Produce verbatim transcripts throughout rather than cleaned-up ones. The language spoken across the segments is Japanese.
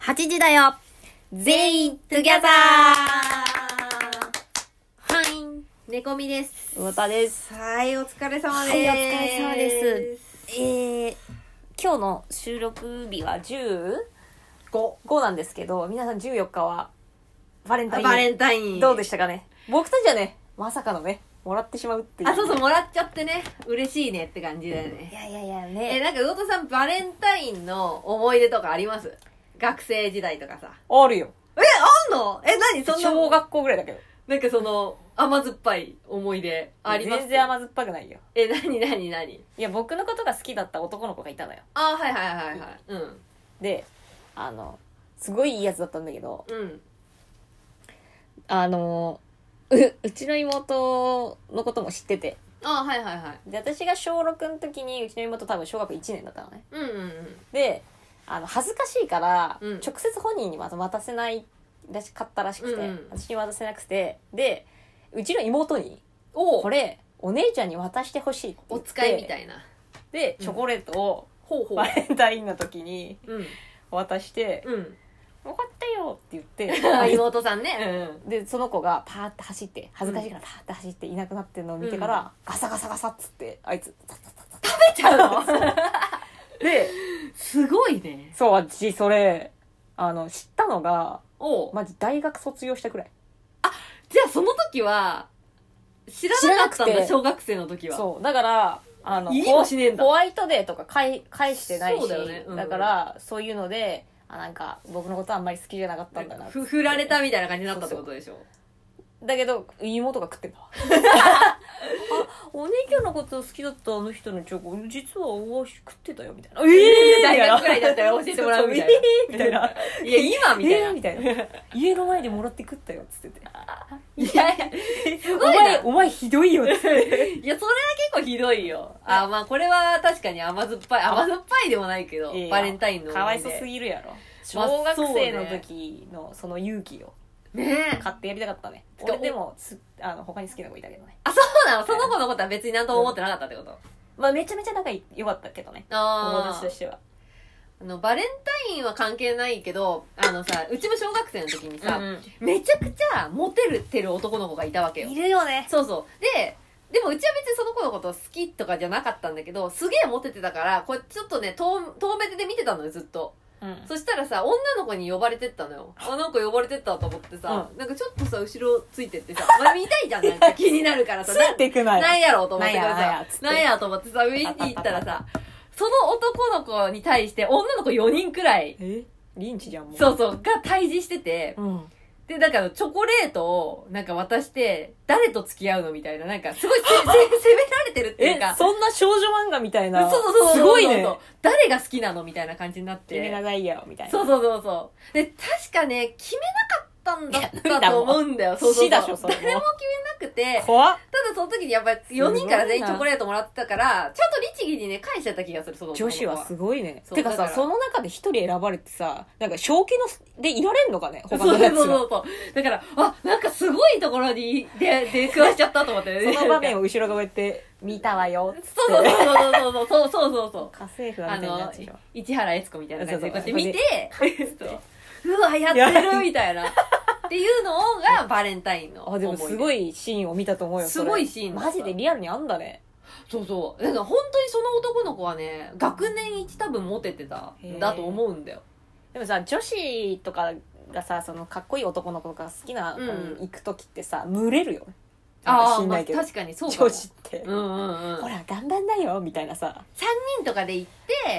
はちじだよ全員トゥギャザー。はい、猫みです。 魚田です。 はい、お疲れ様です。 はい、お疲れ様です。えー、今日の収録日はじゅうごなんですけど、皆さんじゅうよっかはバレンタイン。 バレンタイン。 どうでしたかね。僕たちはね、まさかのね、もらってしまうっていう。 あ、そうそう、もらっちゃってね、嬉しいねって感じだよね。 いやいやいやね。 え、なんか魚田さん、バレンタインの思い出とかあります？学生時代とかさ。 あるよ。 え、あんの？え、何そんな。 小学校ぐらいだけど。 なんかその、甘酸っぱい思い出あります？ 全然甘酸っぱくないよ。 え、なになになに？ いや、僕のことが好きだった男の子がいたのよ。 あ、はいはいはいはい。うん。 で、あの、すごいいいやつだったんだけど、 うん。 あの、う、うちの妹のことも知ってて。 あ、はいはいはい。 で、私が小ろくの時に、うちの妹多分小学いちねんだったのね。 うんうんうん。 で、あの、恥ずかしいから、 うん直接本人にまた渡せないらしかったらしくて、 うんうん、 私に渡せなくて、で、うちの妹に、 おこれ、お姉ちゃんに渡してほしいって言って。 お使いみたいな。 で、チョコレートを、 ほうほう。 バレンタインの時にうん。 渡して、 うん。 分かったよって言って、 妹さんね。 うん、でその子がパーって走って恥ずかしいからパーって走っていなくなってるのを見てから、うん、ガサガサガサっつってあいつ食べちゃうのですごいね。 そう、私それあの知ったのがおマジ大学卒業したくらい。 あ、じゃあその時は知らなかったんだ。小学生の時は。 そうだからあのいいもしねえんだ。 ホワイトデーとか返返してないし、 そうだよね、うん、 だからそういうのであ、なんか僕のことあんまり好きじゃなかったんだなふ振られたみたいな感じになったってことでしょ。そうそうだけど妹が食ってんだわあ、お姉ちゃんのこと好きだったあの人のチョコ実はお食ってたよみたいな。えー、大学くらいだったら教えてもらうみたいな。 えー、みたいな。 いや今みたいな、 えー、みたいな。家の前でもらって食ったよっつってて。 いやいやすごいな。 お前お前ひどいよっつって。 いやそれは結構ひどいよ。あ、まあこれは確かに甘酸っぱい甘酸っぱいでもないけど、バレンタインのかわいそすぎるやろ。小学生の時のその勇気をね買ってやりたかったね。俺でもつあの他に好きな子いたけどね。 あ、そうなの。その子のことは別に何とも思ってなかったってこと、うん、 まあめちゃめちゃ仲良かったけどね。友達としては。 あのバレンタインは関係ないけど、あのさ、うちも小学生の時にさ、 うんうん、 めちゃくちゃモテるてる男の子がいたわけよ。 いるよね。 そうそう。ででもうちは別にその子のこと好きとかじゃなかったんだけど、すげえモテてたからこれちょっとね遠遠目で見てたのよずっと。うん、そしたらさ、女の子に呼ばれてったのよ。あ、なんか呼ばれてったと思ってさ、うん、なんかちょっとさ、後ろついてってさ、まあ、見たいじゃん、なんか気になるからさ。 ついてくない。 なんやろうと思ってさ、 なんやなんやと思ってさ、見に行ったらさ、その男の子に対して女の子よにんくらい、 えリンチじゃん、もう。 そうそう、が対峙してて、うん、で、だからチョコレートをなんか渡して、誰と付き合うのみたいな、なんかすごいせ責められてるっていうか。 え、そんな少女漫画みたいな。 そうそうそうそう。 すごいね。 誰が好きなのみたいな感じになって。 決めなさいよ、みたいな。 そうそうそうそう。で、確かね、決めなかったんだったと思うんだよ。そうそうそう。 死だしょ、それも。 誰も決めなくて。 怖っ。 ただその時にやっぱりよにんから全員チョコレートもらってたから、ちゃんと律儀にね、返しちゃった気がする、その女子はすごいね。てかさ、その中で一人選ばれてさ、なんか正気のでいられんのかね、他のやつが。 そうそうそう。だから、あ、なんかすごいところに出、出くわしちゃったと思って。 その場面を後ろがこうやって、見たわよっつって。 そうそうそうそうそうそうそうそう。 家政婦みたいなやつでしょ。 市原悦子みたいな感じでこうやって見て、うわ、やってるみたいな。っていうのがバレンタインの思い出。 あ、でもすごいシーンを見たと思うよ。 すごいシーンだった。 マジでリアルにあんだね。 そうそう。だから本当にその男の子はね、学年一多分モテてたんだと思うんだよ。 でもさ、女子とかがさ、そのかっこいい男の子とか好きな子に行くときってさ、うん、群れるよ。 ああ、まあ、確かにそうかも。 女子って。 うんうんうん。 ほら、頑張んなよ、みたいなさ。 さんにんとかで行って、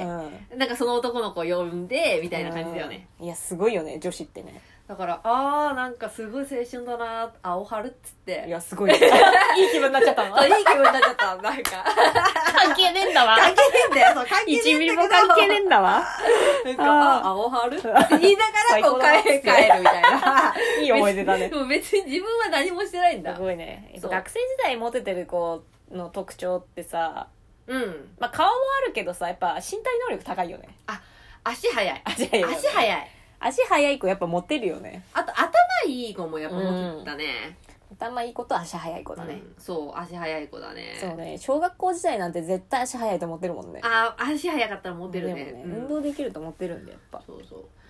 うん、なんかその男の子を呼んで、みたいな感じだよね。 いや、すごいよね、女子ってね。 だから、あー、なんかすごい青春だな、青春っつって。 いや、すごい。いい気分になっちゃったの。 そう、いい気分になっちゃった。なんか。 関係ねえんだわ。 関係ねえんだよ。そう、関係ねえんだけど。 いちミリも関係ねえんだわ。 なんか、あ、青春って言いながら、こう帰る、帰るみたいな。 いい思い出だね。 でも別に自分は何もしてないんだ。 すごいね。学生時代モテてる子の特徴ってさ、うん。まあ、顔もあるけどさ、やっぱ身体能力高いよね。 あ、足速い。 足速い、ね。 足速い。 足速い子やっぱモテるよね。 あと頭いい子もやっぱモテたね、 うん、頭いい子と足速い子だね、 うん、そう足速い子だね。 そうね、小学校時代なんて絶対足速いと思ってるもんね。 あ、足速かったらモテるね、 でもね、うん、運動できると思ってるんでやっぱ。 そうそう。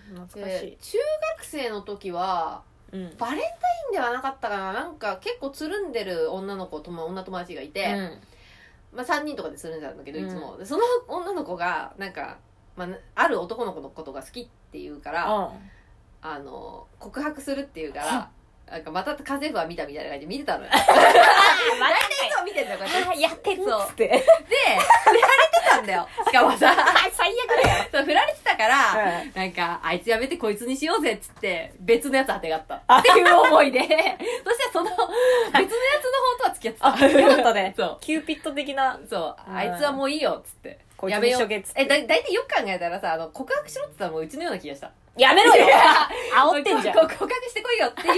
懐かしい。 中学生の時は、うん、バレンタインではなかったかな、なんか結構つるんでる女の子とも女友達がいて、うん、まあさんにんとかでつるんでたんだけどいつも、うん、その女の子がなんか、まあ、ある男の子のことが好きっていうから、うん、あの告白するっていうからなんかまた家政婦は見たみたいな感じで見てたのよ。大体いつも見てんだよ、こうやって。 やってるっつって。 で、振られてたんだよ。しかもさ、 最悪だよ。 そう、振られてたから、うん、なんか、あいつやめてこいつにしようぜっつって、別のやつ当てがった。っていう思いで、そしたらその、別のやつの方とは付き合ってた。 あ、よかったね。 そう。 キューピッド的な。 そう。あいつはもういいよっつって。 こいつにしとけっつって。 え、だ、だいたいよく考えたらさ、あの、告白しろって言ったらもううちのような気がした。 やめろよ煽ってんじゃん。 告白してこいよって言って、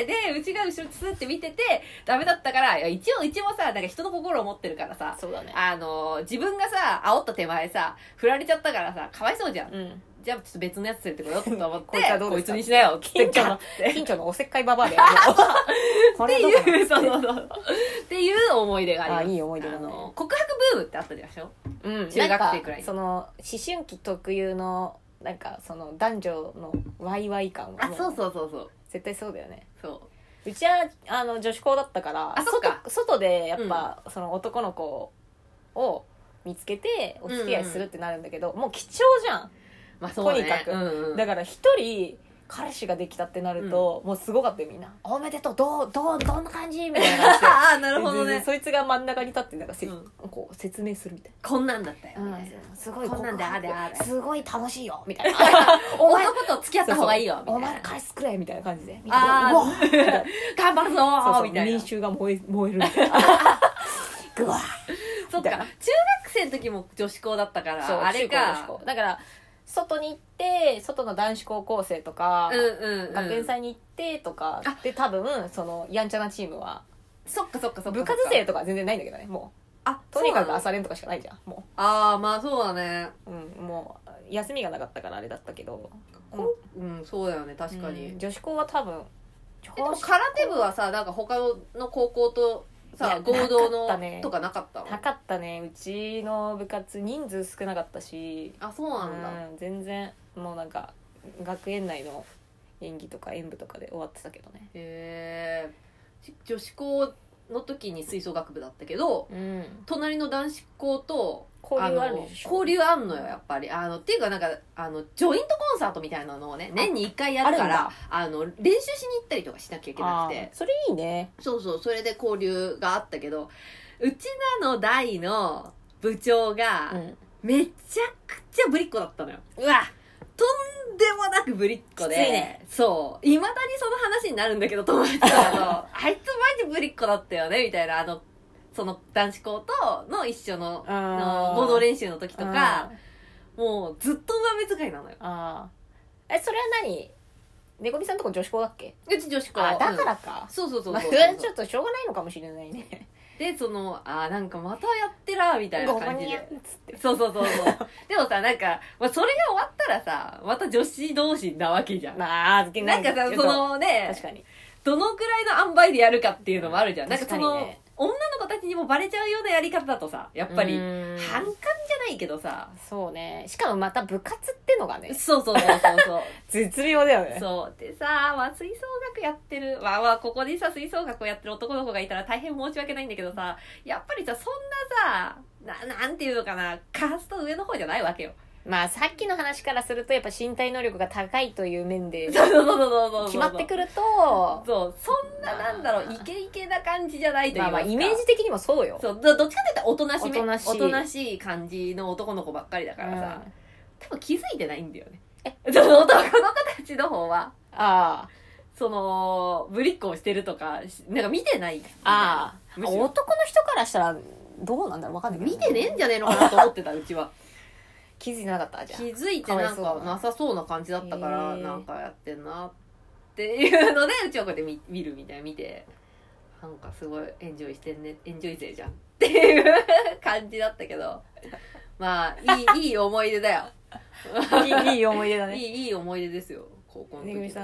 で、うちが後ろつって見てて、ダメだったから、いや一応、うちもさ、なんか人の心を持ってるからさ、 そうだね。 あの、自分がさ、煽った手前さ、振られちゃったからさ、かわいそうじゃん。うん。じゃあちょっと別のやつ連れてこようと思って、こいつはどうですかこいつにしなよって近所の、近所のおせっかいババアでやるの。 っていう、そうそうそう。っていう思い出があります。 あ、いい思い出だね。 告白ブームってあったでしょうん。中学生くらい。 その、思春期特有の、なんかその男女のワイワイ感はあ、そうそうそうそう絶対そうだよね。 そううちはあの女子校だったからあ、そっか外、外でやっぱ、うん、その男の子を見つけてお付き合いするってなるんだけど、うんうん、もう貴重じゃん、 まあそうね、 とにかく、うんうん、だから一人彼氏ができたってなると、うん、もうすごかったよみんな。おめでとう、どうどうどんな感じみたいな感じでああなるほどね。 そいつが真ん中に立ってなんかせ、うん、こう説明するみたいな。 こんなんだったよ、うん、 すごいこんなんであれあれすごい楽しいよみたいなお前のこと付き合った方がいいよみたいな。 お前彼氏作れみたいな感じでああ頑張るぞーそうそうみたいな。 民衆が燃え燃えるみたいなぐわそっか中学生の時も女子校だったからそうあれかだから外に行って外の男子高校生とか、うんうんうん、学園祭に行ってとかで多分そのやんちゃなチームはそっかそっかそっか部活生とか全然ないんだけどねもうあとにかく朝練とかしかないじゃんもうああまあそうだねうんもう休みがなかったからあれだったけどうん、うん、そうだよね確かに、 うん、女子校は多分でも空手部はさなんか他の高校とさ合同の、ね、とかなかったの？ なかったね。うちの部活人数少なかったしあそうなんだ、 うん、全然もうなんか学園内の演技とか演舞とかで終わってたけどね。 へえ女子校の時に吹奏楽部だったけど、うん、隣の男子校と交流あるでしょ。 交流あんのよやっぱりあのっていうかなんかあのジョイントコンサートみたいなのをね年にいっかいやるからあの練習しに行ったりとかしなきゃいけなくてそれいいね。 そうそうそれで交流があったけどうちらの代の部長がめちゃくちゃぶりっ子だったのよ。 うわとんでもなくぶりっ子で、ね、そういまだにその話になるんだけど友達とあいつマジぶりっ子だったよねみたいなあのその男子校との一緒のの合同練習の時とかもうずっと上目遣いなのよ。 あえそれは何ねこみさんとこ女子校だっけ？ うち女子校。 あだからか、 うん、そうそうそうそうそう、まあ、ちょっとしょうがないのかもしれないね。 でそのあなんかまたやってらみたいな感じでそうそうそうそうでもさなんか、まあ、それが終わったらさまた女子同士なわけじゃん。 まあなんかさそのね確かにどのくらいの塩梅でやるかっていうのもあるじゃん。なんかその、ね、女の子たちにもバレちゃうようなやり方だとさやっぱり反感じゃないけどさそうねしかもまた部活ってのがねそうそうそうそうそう絶妙だよね。 そうでさ、まあ、吹奏楽やってるまあまあここでさ吹奏楽をやってる男の子がいたら大変申し訳ないんだけどさやっぱりさそんなさななんていうのかなカースト上の方じゃないわけよ。 まあさっきの話からするとやっぱ身体能力が高いという面で決まってくるとそうそんななんだろうイケイケな感じじゃないというか、 まあ、まあイメージ的にもそうよ。 そうどっちかっていうとおとなしめおとなしいおとなしい感じの男の子ばっかりだからさ、うん、多分気づいてないんだよね。 えその男の子たちの方はああそのぶりっ子をしてるとかなんか見てない。 ああ男の人からしたらどうなんだろう分かんないけど見てねえんじゃねえのかなと思ってたうちは。 気づいてなかったじゃん。 気づいてなんかなさそうな感じだったからなんかやってんなっていうのでうちはこうやって 見, 見るみたいな見てなんかすごいエンジョイしてんねエンジョイ勢じゃんっていう感じだったけどまあいいいい思い出だよ。 いいいい思い出だね。 いいいい思い出ですよ高校の時。 めぐみさん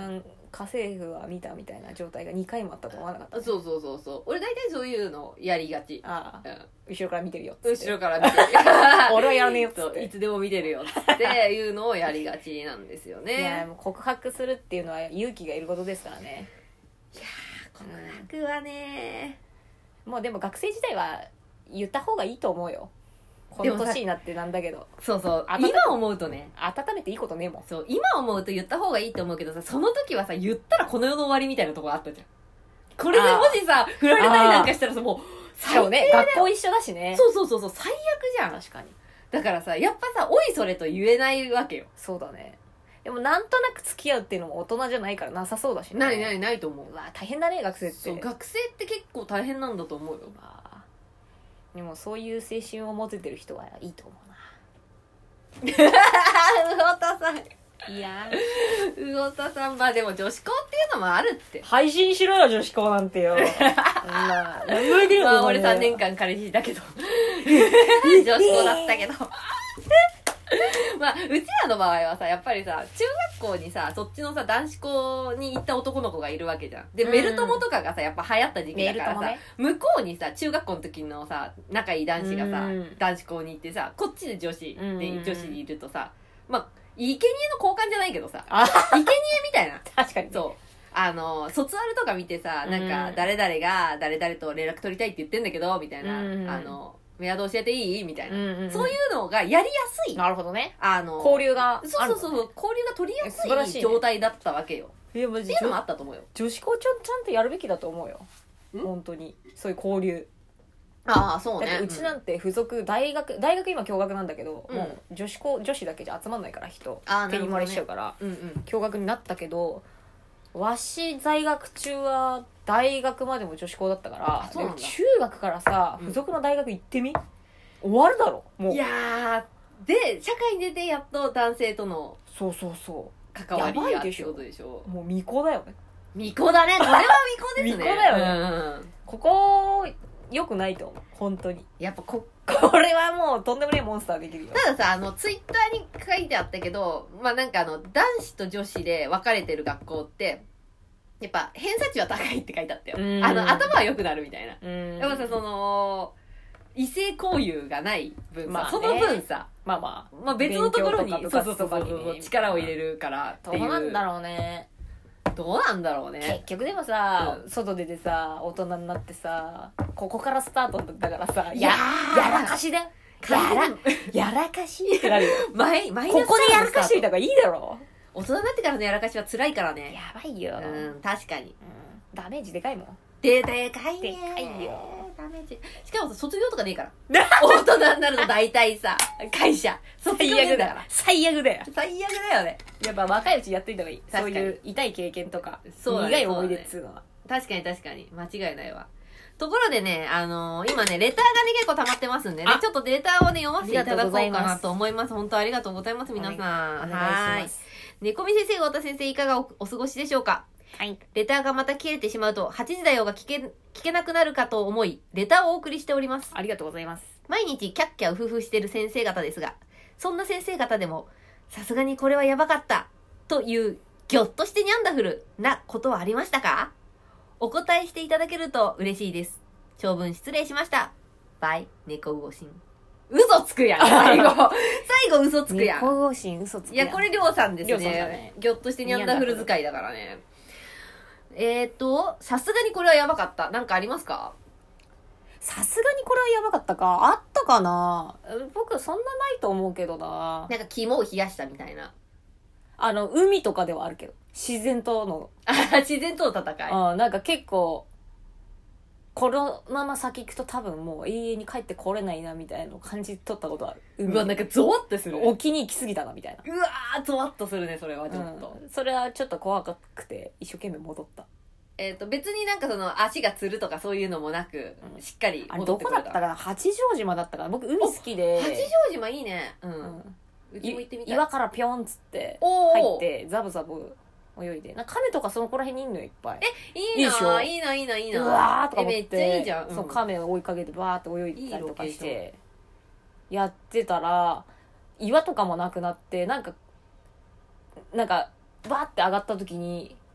家政婦は見たみたいな状態がにかいもあったと思わなかった、ね、 そうそうそうそう俺大体そういうのやりがち。 ああ、 うん、 後ろから見てるよっつって後ろから見てる俺はやらねえよっつっていつでも見てるよっていうのをやりがちなんですよね。 いやもう告白するっていうのは勇気がいることですからね。 いやー告白はね、 うん、もうでも学生時代は言った方がいいと思うよ。この年になってなんだけど。 そうそう今思うとね温めていいことねえもん。 そう今思うと言った方がいいと思うけどさ、その時はさ言ったらこの世の終わりみたいなところあったじゃん。これでもしさ振られたりなんかしたらさもう最悪ね、学校一緒だしね。 そうそうそうそう最悪じゃん。 確かに。 だからさやっぱさおいそれと言えないわけよ。 そうだね。でもなんとなく付き合うっていうのも大人じゃないからなさそうだしね。 ないないないと思う。 うわ大変だね学生って。 そう学生って結構大変なんだと思うよ。 あでもそういう青春を持ててる人はいいと思うな。 魚田さんいや魚田さんまあでも女子校っていうのもあるって。 配信しろよ女子校なんてよまあ何もできるよ。 まあ俺さんねんかん彼氏だけど女子校だったけどまあうちらの場合はさやっぱりさ中学校にさそっちのさ男子校に行った男の子がいるわけじゃん。で、うん、メル友とかがさやっぱ流行った時期だからさ、ね、向こうにさ中学校の時のさ仲いい男子がさ、うん、男子校に行ってさこっちで女子で、うん、女子にいるとさまあ生贄の交換じゃないけどさ生贄みたいな確かにそうあの卒アルとか見てさなんか誰々が誰々と連絡取りたいって言ってんだけどみたいな、うん、あのメアド教えていいみたいな、うんうんうん、そういうのがやりやすい。 なるほどね。 あの交流がある、ね、 そうそうそう交流が取りやすい状態だったわけよ。 いやマジでっていうのもあったと思うよ。 女子校ちゃんちゃんとやるべきだと思うよ。本当にそういう交流。 ああそうね。 だってうちなんて付属大学大学今共学なんだけど、うん、もう女子校女子だけじゃ集まんないから人手に漏れしちゃうから、ねうんうん、共学になったけどわし在学中は大学までも女子校だったから中学からさ付属の大学行ってみ、うん、終わるだろもう。 いやーで社会に出てやっと男性とのそうそうそう関わりやってことでしょ。 もう巫女だよね。 巫女だねこれは巫女ですね。 巫女だよね、うん、ここ良くないと思う本当に。 やっぱここれはもうとんでもないモンスターできるよ。 たださあのツイッターに書いてあったけどまあなんかあの男子と女子で分かれてる学校ってやっぱ偏差値は高いって書いてあったよ。あの頭は良くなるみたいな。でもさその異性交友がない分さ、まあね、その分さまあまあ、 まあ、別のところにそうそうそうそう力を入れるからっていう。 どうなんだろうね。 どうなんだろうね。 結局でもさ、うん、外出てさ大人になってさここからスタートだからさややらかしだよ。やらやらかしってなるよ。 毎毎ここでやらかしといた方がいいだろ。 大人になってからのやらかしは辛いからね。 やばいよ。 うん確かに、うん、 ダメージでかいもん。 ででかいね。 でかいよ。 ダメージ。しかも卒業とかねえから大人になるの大体さ会社卒業ねえんだから最悪だよ。 最悪だよね。 やっぱ若いうちやっといた方がいい。そういう痛い経験とかそう、ね、苦い思い出っつうのは、ね、 確かに確かに間違いないわ。ところでね、あのー、今ね、レターがね、結構溜まってますんでね、ちょっとレターをね、読ませていただこうかなと思います。本当ありがとうございます、皆さん。 お願いします。 猫見先生、太田先生、いかが お, お過ごしでしょうか。 はい。 レターがまた切れてしまうと、はちじだよが聞け、聞けなくなるかと思い、レターをお送りしております。 ありがとうございます。 毎日キャッキャウフフしてる先生方ですが、そんな先生方でも、さすがにこれはやばかった、という、ぎょっとしてニャンダフルなことはありましたか？お答えしていただけると嬉しいです。長文失礼しました。バイ、猫うごしん。嘘つくやん、最後。最後嘘つくやん。 猫うごしん嘘つくやん。 いや、これりょうさんですね。 ねぎょっとしてニャンダフル使いだからね。えーと、さすがにこれはやばかった。なんかありますか？ さすがにこれはやばかったかあったかな。僕そんなないと思うけどな。 なんか肝を冷やしたみたいな。 あの、海とかではあるけど。自然との。 自然との戦い。 うん、なんか結構、このまま先行くと多分もう永遠に帰ってこれないなみたいなのを感じ取ったことある。 うわ、なんかゾワッとする。 沖に行き過ぎたなみたいな。 うわー、ゾワッとするね、それはちょっと。 うん、それはちょっと怖くて一生懸命戻った。 えっ、ー、と、別になんかその足がつるとかそういうのもなく、うん、しっかり戻ってくれた。 あれどこだったかな？八丈島だったから。僕海好きで。 八丈島いいね。うん。うん、うちも行ってみたい。 岩からピョンっつって入ってザブザブ泳いで、なんか亀とかそのこら辺にいんのよいっぱい。 え、いいな、いいな、いいな、いいな。 うわーとか思って、 めっちゃいいじゃん。 うん、そう亀を追いかけてバーって泳いでたりとかしてやってたら、岩とかもなくなって、なんかなんかバーって上がった時に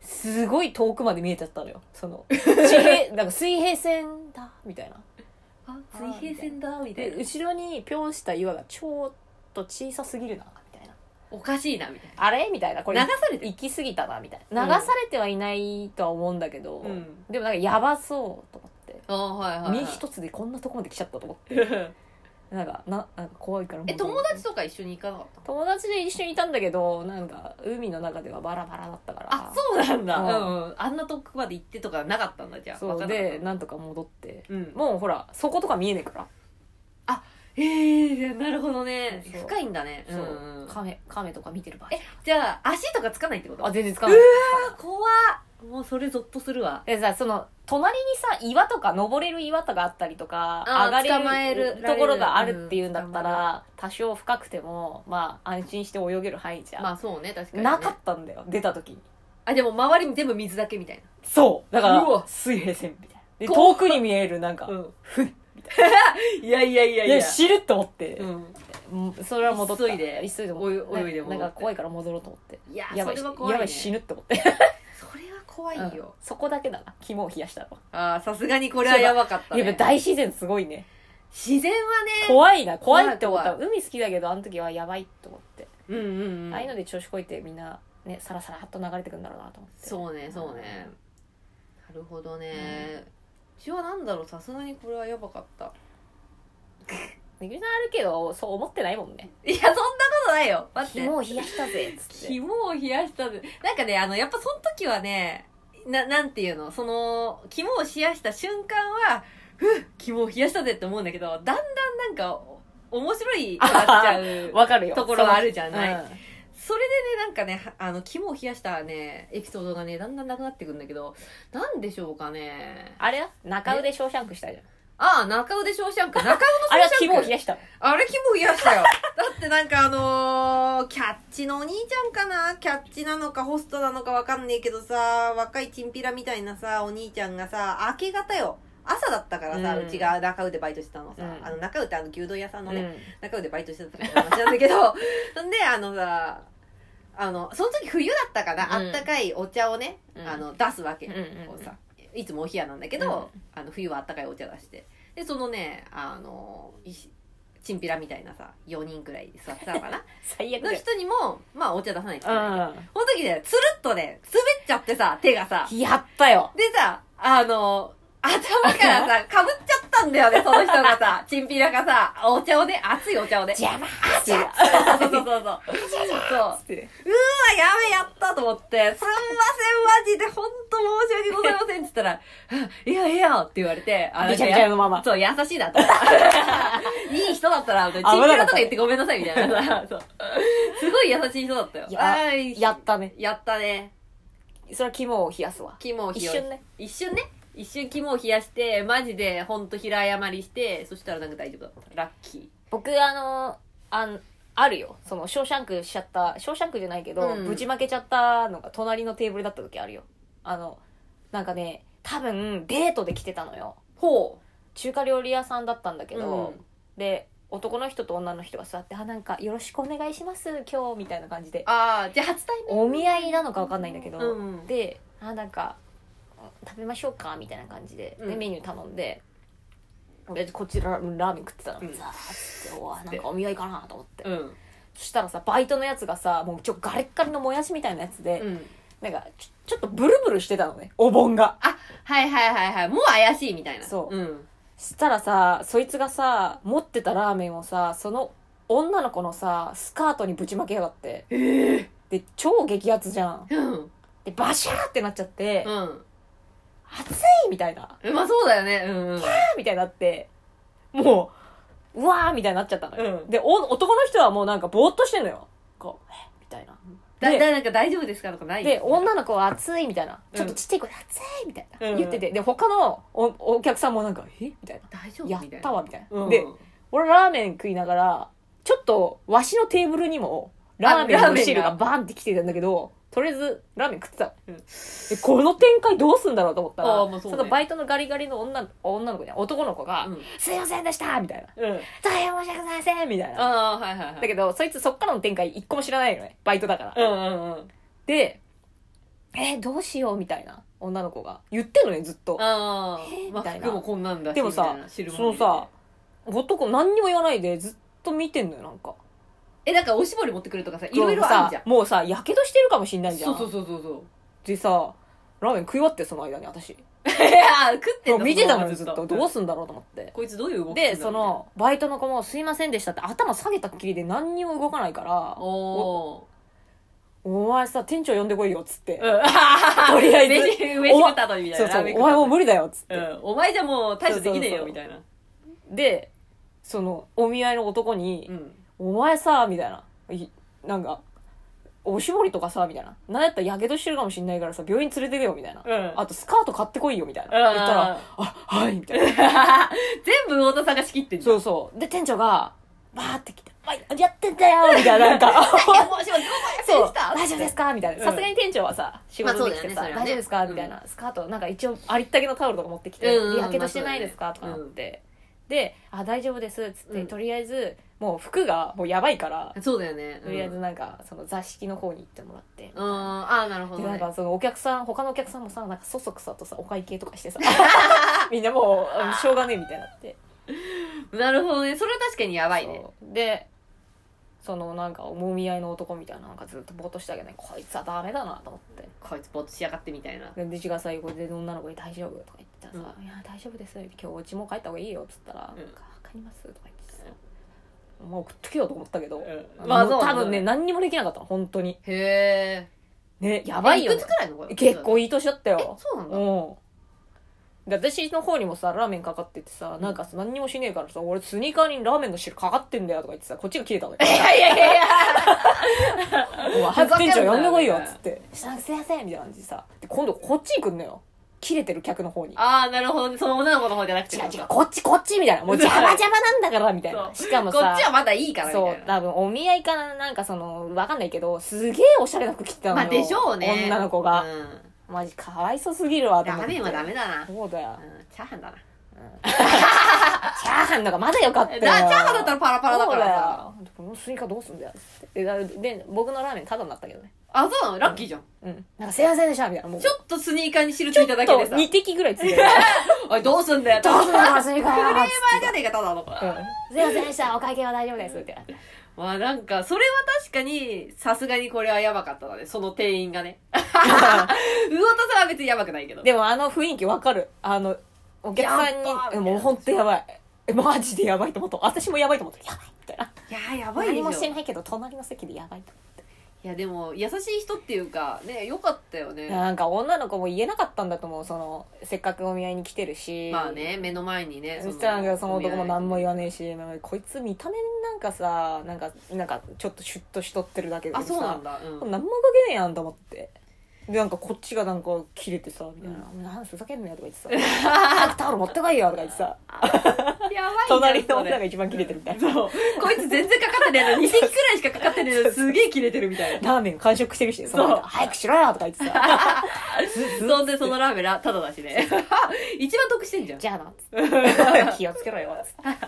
すごい遠くまで見えちゃったのよ。その地平なんか水平線だみたいな、 あ水平線だみたいな。 で後ろにぴょんした岩がちょっと小さすぎるなみたいな、 おかしいなみたいあれみたいな、これ流されて行き過ぎたなみたいな、流されてはいないとは思うんだけど、 うん、 でもなんかやばそうと思って、 あ、はいはいはい、 身一つでこんなとこまで来ちゃったと思ってなんかななんか怖いから。 え友達とか一緒に行かなかった？ 友達で一緒にいたんだけど、なんか海の中ではバラバラだったから。 あ、そうなんだ、 うんうんうん、あんな遠くまで行ってとかなかったんだ。じゃあそうでなんとか戻って、 うん、 もうほらそことか見えねえから。 あ、へえ、なるほどね。深いんだね。 そう、うんうん、カメカメとか見てる場合。 え、じゃあ足とかつかないってこと？ あ、全然つかない。うわー怖っ。もうそれゾッとするわ。 でさ、その隣にさ岩とか登れる岩とかあったりとか上がれるところがあるっていうんだったら、多少深くてもまあ安心して泳げる範囲じゃん。 まあそうね、確かに、ね、 なかったんだよ出た時に。 あ、でも周り全部水だけみたいな。 そうだから水平線みたいなで遠くに見えるなんか、うん、ふんみたいないやいやいやいや知ると思って、うん、それは戻った。 急いで急いで泳いでなんか怖いから戻ろうと思って、 いややばい、 それは怖いね、 やばい死ぬって思ってそれは怖いよ、うん、 そこだけだな肝を冷やしたの。 ああ、さすがにこれはやばかったね。 やっぱ大自然すごいね。 自然はね怖いな、怖いって思った。海好きだけどあの時はやばいと思って、 うんうんうん、 ああいうので調子こいてみんなねサラサラっと流れてくんだろうなと思って。 そうねそうね、うん、なるほどね。うち、うん、はなんだろう、さすがにこれはやばかっためぐみさんあるけどそう思ってないもんね。 いやそんなことないよ。待って、 肝を冷やしたぜつって肝を冷やしたぜ。なんかね、あのやっぱその時はね、ななんていうの、その肝を冷やした瞬間はふっ肝を冷やしたぜって思うんだけど、だんだんなんか面白いなっちゃうわかるよところがあるじゃない、 うん、 それでね、なんかね、あの肝を冷やしたねエピソードがねだんだんなくなってくるんだけど、なんでしょうかね。 あれは中腕ショーシャンクしたじゃん。 ああ、中腕ショーシャンク。中腕のショーシャンク。 あれは肝を冷やした。 あれ肝を冷やしたよ。だってなんかあのー、キャッチのお兄ちゃんかな、キャッチなのかホストなのかわかんねえけどさ、若いチンピラみたいなさ、お兄ちゃんがさ、明け方よ。朝だったからさ、うん、うちが中腕バイトしてたのさ、うん、あの中腕ってあの牛丼屋さんのね、うん、中腕バイトしてたから話なんだけど、んで、あのさ、あの、その時冬だったかな、うん、あったかいお茶をね、うん、あの、出すわけ。うんうんうん、こうさ、いつもお冷やなんだけど、うん、あの冬はあったかいお茶出して。で、そのね、あの、チンピラみたいなさ、よにんくらい座ってたのかな最悪の人にも、まあお茶出さないといけない。うん、この時ね、つるっとね、滑っちゃってさ、手がさ。 やったよ。 でさ、あの、頭からさ、かぶっちゃったんだよね、その人がさ、チンピラがさ、お茶をね、熱いお茶をね。 邪魔ーそうそうそうそう。そう。うわ、やべ、やったと思って、すんません、マジで、ほんと申し訳ございませんって言ったら、いやいやって言われて、 あの、びちゃびちゃのまま。 そう、優しいなと思った。いい人だったら、チンピラとか言ってごめんなさいみたいなさ、そう。すごい優しい人だったよ。 や、やったね。 やったね。 それは肝を冷やすわ。 肝を冷やす。 一瞬ね。 一瞬ね。一瞬肝を冷やして、マジでほんと平謝りして、そしたらなんか大丈夫だった。ラッキー。 僕あの、あん、あるよ。その、ショーシャンクしちゃった、ショーシャンクじゃないけど、うん、ぶちまけちゃったのが隣のテーブルだった時あるよ。あの、なんかね、多分デートで来てたのよ。 ほう。 中華料理屋さんだったんだけど、うん、で、男の人と女の人が座って、あ、なんか、よろしくお願いします、今日、みたいな感じで。 ああ、じゃあ初対面お見合いなのかわかんないんだけど、 うん、 で、あ、なんか、食べましょうかみたいな感じで、でメニュー頼んで、でこっちララーメン食ってたの、うん、ザーって、おわ、なんかお見合いかなと思って、うん、そしたらさ、バイトのやつがさ、もうちょっとガリッガリのもやしみたいなやつで、うん、なんかちょちょっとブルブルしてたのね、お盆が。 あ、はいはいはいはい、もう怪しいみたいな。 そう、うん、したらさ、そいつがさ持ってたラーメンをさ、その女の子のさスカートにぶちまけやがって、 えー、 で超激アツじゃん、 うん、 でバシャーってなっちゃって、 うん、 熱いみたいな。 まあそうだよね。うんうん。 キャーみたいになって、もう、うわーみたいになっちゃったのよ。うん、でお、男の人はもうなんかぼーっとしてんのよ。こう、えみたいな。 だ、だ、なんか大丈夫ですかとかないで、女の子は熱いみたいな。ちょっとちっちゃい声で熱いみたいな、うん。言ってて。で、他のおお客さんもなんか、えみたいな。 大丈夫やったわみたいな。 うん、 で、俺ラーメン食いながら、ちょっとわしのテーブルにも、ラーメンの汁がバーンって来てたんだけど、とりあえずラーメン食ってた、うん、でこの展開どうすんだろうと思ったら、ね、そのバイトのガリガリの女女の子に男の子が、うん、すいませんでしたみたいな、うん、大変申し訳ございませんみたいな、 あ、はいはいはい、 だけどそいつそっからの展開一個も知らないのね、バイトだから、 うんうんうん、 でえー、どうしようみたいな女の子が言ってるのねずっと。 ああ、 えー、 まあ、 みたいな。 服もこんなんだしでもさそのさ男何にも言わないでずっと見てんのよなんか。 え、だからおしぼり持ってくるとかさ、いろいろあるじゃん。 もうさやけどしてるかもしんないじゃん。 そうそうそうそう。 でさラーメン食い終わってその間に私いや食ってんの見てたのよずっと。どうすんだろうと思って、 こいつどういう動きでそのバイトの子もすいませんでしたって頭下げたっきりで何にも動かないから、 おお前さ店長呼んでこいよっつって、 うん、 とりあえず飯食った後にみたいな。 そうそうお前もう無理だよっつって、 うん、お前じゃもう対処できねえよみたいな。 でそのお見合いの男に、うん、お前さみたいな、なんかおしぼりとかさみたいな、なんやったらやけどしてるかもしんないからさ病院連れてけよみたいな、うん、あとスカート買ってこいよみたいな、うん、言ったらあはいみたいな全部太田さんが仕切ってんじゃん。 そうそうで店長がバーって来てやってんだよみたいななんかそう大丈夫ですかみたいな。さすがに店長はさ仕事できてさ、まあねね、大丈夫ですかみたいな、スカートなんか一応ありったけのタオルとか持ってきてやけどしてないですか、まあ、とかなって、うん、であ大丈夫ですっつって、うん、とりあえずもう服がもうやばいからそうだよね、 うん、とりあえずなんかその座敷の方に行ってもらって、 うん、ああなるほど、ね、 でなんかそのお客さん他のお客さんもさなんかそそくさとさお会計とかしてさみんなもうしょうがねえみたいになってなるほどね。それは確かにやばいね。 でそのなんかおもみ合いの男みたいななんかずっとぼーっとしてあげないこいつはダメだなと思って、 こいつぼーっとしやがってみたいな。 で私が最後で女の子に大丈夫とか言ってたらさ、うん、いや大丈夫です今日うちも帰った方がいいよっつったら、うん、なんか分かりますとか言ってさ、うん、もう食っとけよと思ったけど、うん、まあそう多分ね何にもできなかった本当に。 へえねやばいよ、ね、 いくつくらいの子結構いい年だったよ。 そうなんだ。 うんで私の方にもさラーメンかかっててさ、なんかさ何にもしねえからさ俺スニーカーにラーメンの汁かかってんだよとか言ってさこっちが切れたのよ。いやいやいやいやお前早く店長呼んでこいよっつってすいませんみたいな感じでさで今度こっちに来んのよ切れてる客の方に。 ああなるほどね。その女の子の方じゃなくて違う違うこっちこっちみたいなもう邪魔邪魔なんだからみたいな。しかもさこっちはまだいいからみたいな。 そう多分お見合いかななんかそのわかんないけどすげえおしゃれな服着てたのよ。 まあでしょうね女の子が、 うんマジかわいそすぎるわと思って。 ラーメンはダメだな。 そうだよ、 うん、チャーハンだな、 うん、チャーハンのがまだよかったよ。 チャーハンだったらパラパラだからさこのスイカどうすんだよってでで僕のラーメンタダになったけどね。 あそうなのラッキーじゃん。 うん、うん、なんかすいませんでしたみたいなもうちょっとスニーカーに汁ついただけでさに滴ぐらいついてるおいどうすんだよどうすんだよスニーカーフレーバーじゃねえかただの、うん、 すいませんでしたお会計は大丈夫ですってまあなんかそれは確かにさすがにこれはやばかったのねその店員がね魚田さんは別にやばくないけどでもあの雰囲気わかる。あのお客さんにもうほんとやばいマジでやばいと思った。私もやばいと思った。やばいみたいな。 いややばいでしょ。 何もしてないけど隣の席でやばいと思って。 いやでも優しい人っていうかねよかったよね。 なんか女の子も言えなかったんだと思う。そのせっかくお見合いに来てるしまあね目の前にねそしたらなんかその男も何も言わねえしこいつ見た目なんかさなんかなんかちょっとシュッとしとってるだけでさあそうなんだ、 うん、何もかけねえやんと思ってでなんかこっちがなんか切れてさみたいな、うん、なんふざけんなよとか言ってさ早くタオル持ってこいよとか言ってさやばい隣の女が一番切れてるみたいな、うん、 そうこいつ全然かかってねえのに滴くらいしかかかってねえのすげえ切れてるみたいなラーメン完食してるしその早くしろよとか言ってさそんでそのラーメンただだしね一番得してんじゃんじゃあなっつって気をつけろよっつって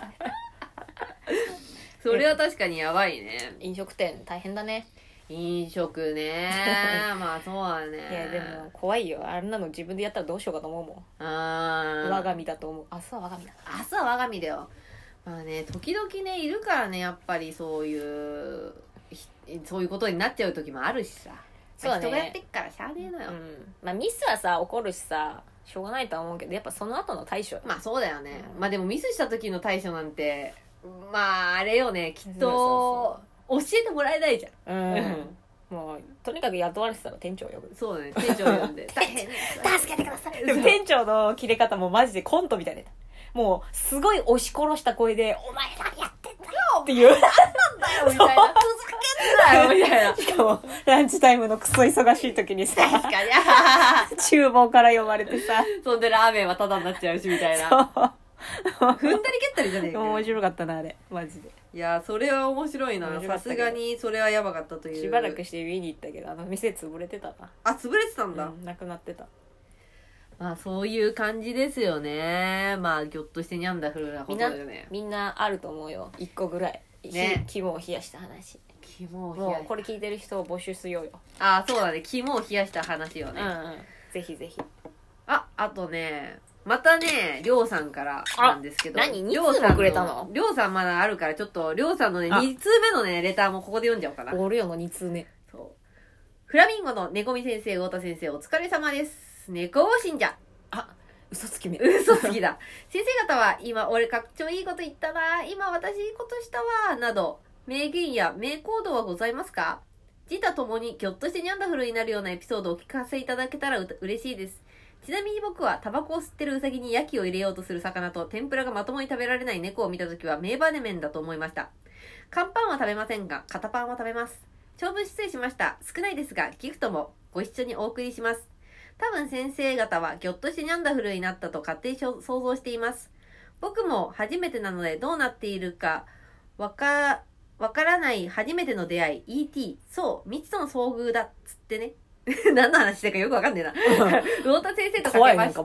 それは確かにやばいね。 飲食店大変だね。 飲食ねまあそうだね。 いやでも怖いよあんなの自分でやったらどうしようかと思うもん。あ我が身だと思う。明日は我が身だ明日は我が身だよ。まあね時々ねいるからねやっぱりそういうそういうことになっちゃう時もあるしさ。そうだね、人がやってっからしゃあねえのよ、うん、 まあミスはさ起こるしさしょうがないとは思うけどやっぱその後の対処まあそうだよね、うん、まあでもミスした時の対処なんてまああれよねきっと教えてもらえないじゃん、うん、 もうとにかく雇われてたら店長呼ぶ。 そうだね店長呼んで大変助けてください。でも店長の切れ方もマジでコントみたいなもうすごい押し殺した声でお前何やってんだよっていう何なんだよみたいなふざけんなよみたいなしかもランチタイムのクソ忙しい時にさ確かに厨房から呼ばれてさそんでラーメンはタダになっちゃうしみたいなそう踏んだり蹴ったりじゃねえか面白かったなあれマジで。 いやそれは面白いな。さすがにそれはやばかったという。 しばらくして見に行ったけどあの店潰れてたな。 あ潰れてたんだ、 うん、なくなってた。 まあそういう感じですよね。まあぎょっとしてニャンダフルなことだよね。 みんなみんなあると思うよ。一個ぐらいね、肝を冷やした話。 肝を冷やした。 もうこれ聞いてる人を募集しようよ。 ああ、そうだね。肝を冷やした話よね。 うんうん。ぜひぜひ。 あ、あとね、またね、りょうさんからなんですけど。 何 ?に 通もくれたの？ りょうさんまだあるから、ちょっと、りょうさんのね、に通目のね、レターもここで読んじゃおうかな。 おるよのに通目。 そう。フラミンゴの猫み先生、太田先生、お疲れ様です。猫信者。 あ、嘘つきめ。 嘘つきだ。先生方は、今、俺かっちょいいこと言ったな、今私いいことしたわ、など、名言や名行動はございますか？自他ともにぎょっとしてニャンダフルになるようなエピソードをお聞かせいただけたらう嬉しいです。ちなみに僕はタバコを吸ってるウサギに焼きを入れようとする魚と天ぷらがまともに食べられない猫を見たときは名場面だと思いました。乾パンは食べませんが、片パンは食べます。長文失礼しました。少ないですが、ギフトもご一緒にお送りします。多分先生方はぎょっとしてニャンダフルになったと勝手に想像しています。僕も初めてなのでどうなっているかわか、わからない初めての出会い、イーティー、そう、未知との遭遇だっつってね。何の話だかよくわかんねえな。魚田先生とかけまして、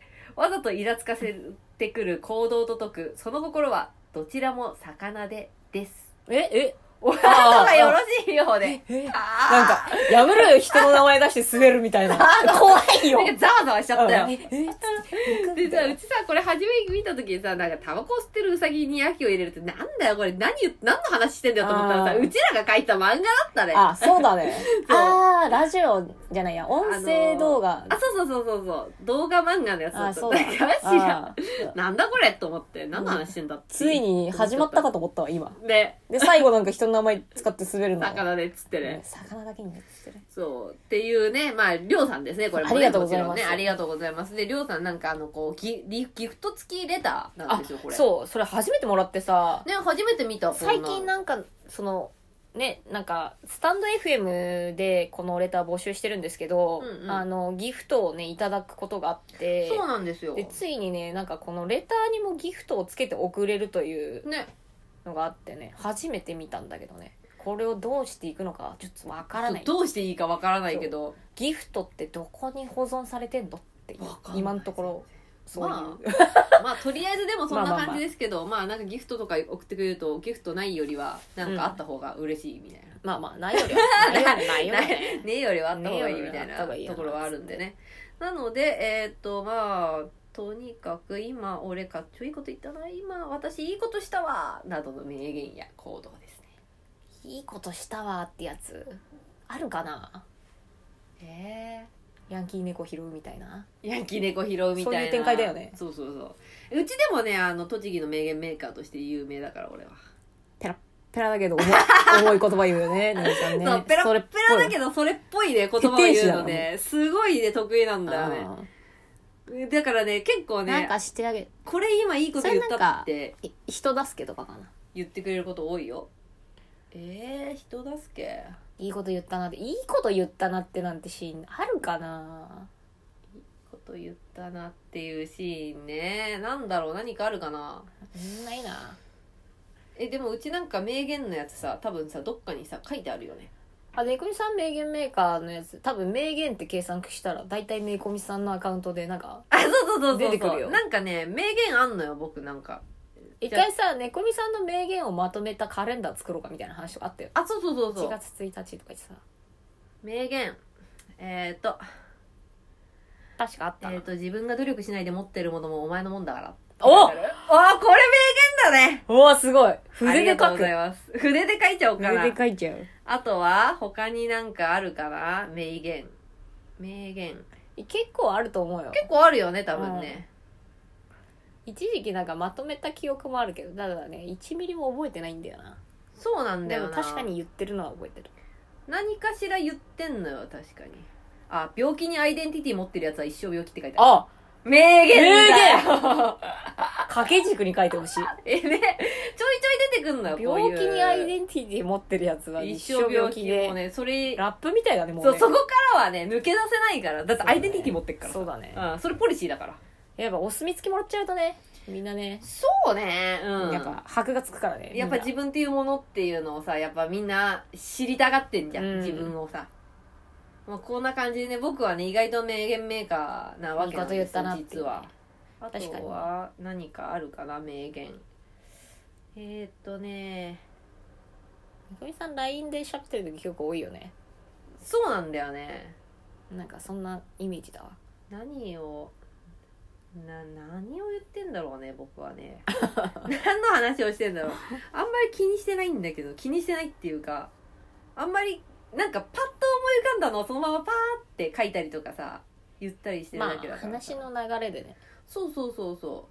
わざとイラつかせてくる行動と解く、その心はどちらも魚でです。 え、えお後がよろしいようで。 なんか、やめろよ、人の名前出して滑るみたいな。怖いよ。 なんかザワザワしちゃったよ。でさ、うちさ、これ初め見た時にさ、なんかタバコ吸ってるウサギに焼きを入れるってなんだよ、これ何言、何の話してんだよと思ったらさ、うちらが書いた漫画だったね。 あ、そうだね。あー、ラジオじゃないや、音声動画。 あ、そうそうそうそうそう。動画漫画のやつだった。あ、そうだ。なんだこれと思って、何の話してんだって。 ついに始まったかと思ったわ、今。 で、 で、最後なんか人の名前使って滑るの。 魚でっつってね。 魚だけにねっつってね。 そう。っていうね、まあ、りょうさんですね、これも、ね。 ありがとうございます。 ね、ありがとうございます。で、りょうさんなんかあの、こう、ギギフト付きレターなんですよ、これ。 そう、それ初めてもらってさ。 ね、初めて見た。 最近なんか、その、ね、なんか、スタンド エフエム でこのレター募集してるんですけど、うんうん、あの、ギフトをね、いただくことがあって。 そうなんですよ。 で、ついにね、なんかこのレターにもギフトをつけて送れるというのがあってね、初めて見たんだけどね。これをどうしていくのかちょっとわからない。 どうしていいかわからないけど。 ギフトってどこに保存されてんのって今のところ。そういう。 まあ、まあ、とりあえずでもそんな感じですけど、まあまあ、まあなんかギフトとか送ってくれると、ギフトないよりは、なんかあった方が嬉しいみたいな。うん、 まあまあ、ないよりは。ないよりはね。 ねえよりはあった方がいいみたいなところはあるんでね。なので、えー、っと、まあ、とにかく今、俺かっちょいいこと言ったな、今、私いいことしたわ、などの名言や行動ですね。 いいことしたわってやつ、あるかな？ えー。ヤンキー猫拾うみたいな。 ヤンキー猫拾うみたいな。 そういう展開だよね。 そうそうそう。うちでもね、あの、栃木の名言メーカーとして有名だから、俺は。 ペラッペラだけど重い、重い言葉言うよね、姉さんね。 そう、ペラッペラだけど、それっぽいね、言葉を言うのね、すごいね、得意なんだよね。だからね、結構ね、 なんか知ってあげる。 これ今いいこと言ったって、 人助けとかかな。 言ってくれること多いよ。えー、人助け。 いいこと言ったなって、いいこと言ったなってなんてシーンあるかな？ いいこと言ったなっていうシーンね。なんだろう、何かあるかな？ ないな。 え、でもうちなんか名言のやつさ、多分さ、どっかにさ、書いてあるよね。 あ、めこみさん名言メーカーのやつ、多分名言って計算したら、だいたいめこみさんのアカウントでなんか、 あ、そうそうそうそう。 出てくるよ。 なんかね、名言あんのよ、僕なんか。 一回さ、ねこみさんの名言をまとめたカレンダー作ろうかみたいな話とかあったよ。 あ、そうそうそうそう。 いちがつついたちとか言ってさ。名言。えーっと。 確かあったな。 えーっと、自分が努力しないで持ってるものもお前のもんだから。 おお、これ名言だね。 おー、すごい。筆で書く。 ありがとうございます。筆で書いちゃおうかな。 筆で書いちゃう。 あとは、他になんかあるかな？名言。名言。 結構あると思うよ。 結構あるよね、多分ね。 うん、一時期なんかまとめた記憶もあるけど、だからね、いちミリも覚えてないんだよな。 そうなんだよな。 でも確かに言ってるのは覚えてる。 何かしら言ってんのよ、確かに。あ、病気にアイデンティティ持ってるやつは一生病気って書いてある。あ、名言だよ。 掛け軸に書いてほしい。 えね、ちょいちょい出てくんのよ、こういう。 病気にアイデンティティ持ってるやつは一生病気で。もね、 それ、 ラップみたいだね、もうね。 そう、そこからはね、抜け出せないから。だってアイデンティティ持ってっからさ。 そうだね。 うん、それポリシーだから。 やっぱお墨付きもらっちゃうとね、みんなね。 そうね、うん。 やっぱ箔がつくからね。 やっぱ自分っていうものっていうのをさ、やっぱみんな知りたがってんじゃん、うん、自分をさ。まあ、こんな感じでね、僕はね、意外と名言メーカーなわけなんですよ、実は。あとは何かあるかな、名言。えー、っとね、 みこみさん ライン で喋ってる時結構多いよね。 そうなんだよね。 なんかそんなイメージだわ。 何をな何を言ってんだろうね僕はね何の話をしてんだろう。あんまり気にしてないんだけど、気にしてないっていうか、あんまりなんかパッと思い浮かんだのをそのままパーって書いたりとかさ言ったりしてるだけだから、 まあ、話の流れでね。 そうそうそうそう。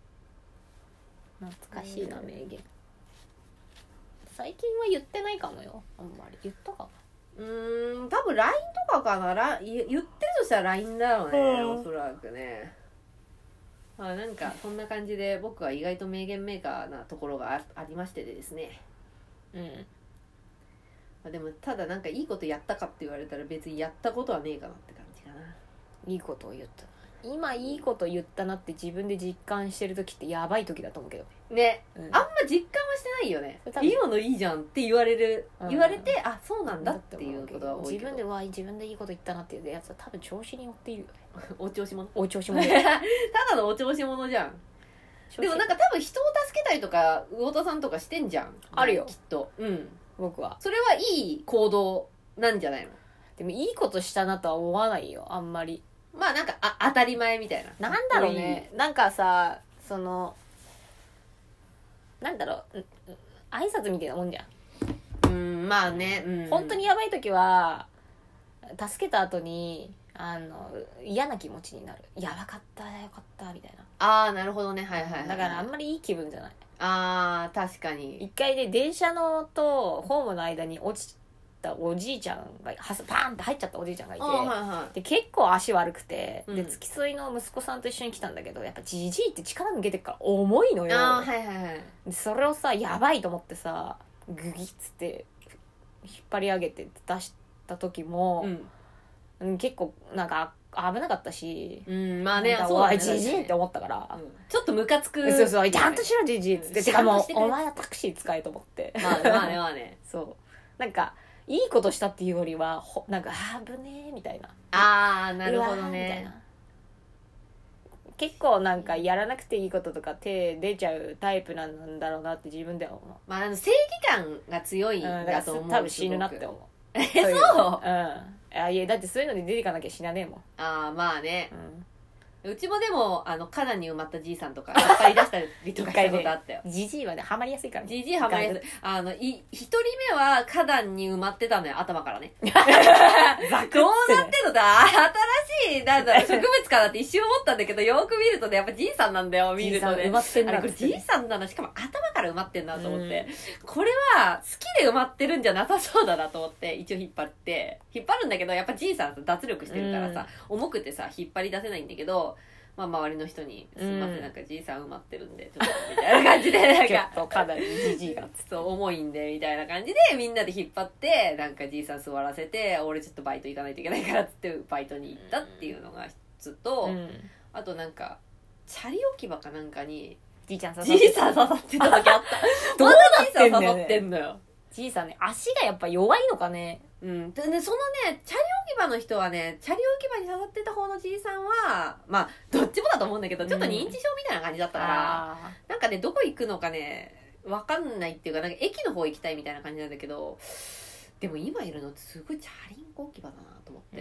懐かしいな、名言。最近は言ってないかもよ。あんまり言ったかな。うーん多分 ライン とかかな。ラ言ってるとしたら ライン だろうね、うん、おそらくね。まあなんかそんな感じで僕は意外と名言メーカーなところが あ, ありましてでですね。 うん。 まあ、でもただなんかいいことやったかって言われたら別にやったことはねえかなって感じかな。 いいことを言った。今いいこと言ったなって自分で実感してる時ってやばい時だと思うけどね、うん、あんま実感はしてないよね。今のいいじゃんって言われる、うん、言われてあそうなんだっていうことは多いけど、 自分でわ自分でいいこと言ったなっていうやつは多分調子に乗っているよねお調子者お調子者ただのお調子者じゃん。でもなんか多分人を助けたりとか魚田さんとかしてんじゃん。 あるよきっと。うん僕はそれはいい行動なんじゃないの。 でもいいことしたなとは思わないよあんまり。 まあなんかあ当たり前みたいな。 なんだろうね。なんかさそのなんだろう挨拶みたいなもんじゃん。うんまあね、うん、 本当にやばい時は助けた後にあの嫌な気持ちになる。やばかったよかったみたいな。 ああなるほどね。はいはい、はい、 だからあんまりいい気分じゃない。 あー確かに。 一回で電車のとホームの間に落ちたおじいちゃんがパーンって入っちゃったおじいちゃんがいて、 はいはい、 で結構足悪くて、 うん、 で付き添いの息子さんと一緒に来たんだけどやっぱじじいって力抜けてるから重いのよ。 あ、はいはいはい、 でそれをさやばいと思ってさグギッつって引っ張り上げて出した時も、うん、結構なんか危なかったし、 うんまあね、 そうだね、じじいって思ったから、 うん、ちょっとムカつく。 そうそうちゃんとしろじじいっつって、てかもうお前はタクシー使えと思って。 まあねまあねまあね。 そうなんかいいことしたっていうよりはほなんかあぶねーみたいな。 あーなるほどねみたいな。 結構なんかやらなくていいこととか手出ちゃうタイプなんだろうなって自分では思う。 まあ正義感が強いんだと思う、うん、 多分死ぬなって思う。 えそう。 うんあいやだってそういうので出ていかなきゃ死なねえもん。 ああまあね、 うん、 うちもでもあの花壇に埋まったじいさんとか引っ張り出したりとかしたことあったよ。 じじいはねハマりやすいからね。 じじいハマりやすい。あのい一人目は花壇に埋まってたのよ頭からね。どうなってんのって新しいなんだろう植物かなって一瞬思ったんだけどよく見るとねやっぱじいさんなんだよ。見るとね埋まってんだ。 あれこれじいさんだなしかも頭から埋まってんなと思って、うん、これは好きで埋まってるんじゃなさそうだなと思って一応引っ張って引っ張るんだけどやっぱじいさん脱力してるからさ、うん、重くてさ引っ張り出せないんだけど。まあ、周りの人に「すいません、うん、なんかじいさん埋まってるんでちょっと」みたいな感じでなんかちょっとかなりじじいがそう重いんでみたいな感じでみんなで引っ張ってなんかじいさん座らせて俺ちょっとバイト行かないといけないからっつってバイトに行ったっていうのが一つと、うん、あとなんかチャリ置き場かなんかにじいちゃん刺さってじいさん刺さってた時あったどうなってんのよ、ね、 まだじいさん刺さってんのよ。 じいさんね足がやっぱ弱いのかね。 うん、でねそのねチャリ置き場の人はねチャリ置き場に刺さってた方のじいさんはまあどっちもだと思うんだけどちょっと認知症みたいな感じだったから、うん、なんかねどこ行くのかね分かんないっていうかなんか駅の方行きたいみたいな感じなんだけどでも今いるのってすごいチャリンコ置き場だなと思って、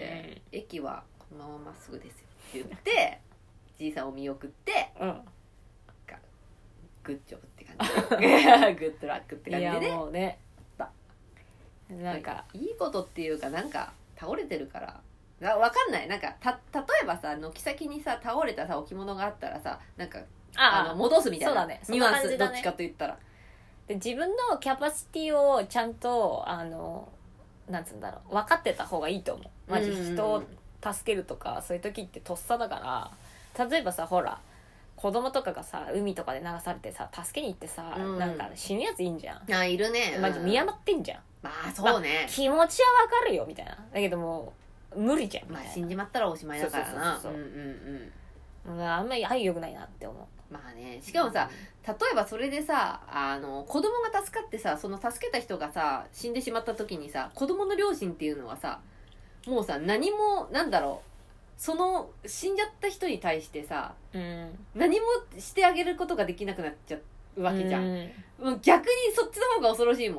うん、駅はこのまままっすぐですよって言ってじいさんを見送って、うん、グッジョブって感じでグッドラックって感じでね。 いやもうねなんかいいことっていうかなんか倒れてるからわかんないなんかた例えばさ軒先にさ倒れたさ置物があったらさなんかああの戻すみたいな、 ね、 ニュアンス、ね、どっちかと言ったらで自分のキャパシティをちゃんとあのなんつうんだろう分かってた方がいいと思う。マジ人を助けるとかそういう時ってとっさだから例えばさほら子供とかがさ海とかで流されてさ助けに行ってさ、うん、なんか死ぬやついいんじゃん。 あいるね。 マジ見余ってんじゃん。 まあそうね、 まあ、気持ちはわかるよみたいなだけどもう無理じゃん。 まあ死んじまったらおしまいだからな。 そうそうそうそう、うんうんうん、あんまり愛良くないなって思う。 まあねしかもさ、うん、例えばそれでさあの子供が助かってさその助けた人がさ死んでしまった時にさ子供の両親っていうのはさもうさ何もなんだろうその死んじゃった人に対してさ、うん、何もしてあげることができなくなっちゃうわけじゃん、うん、もう逆にそっちの方が恐ろしいもん。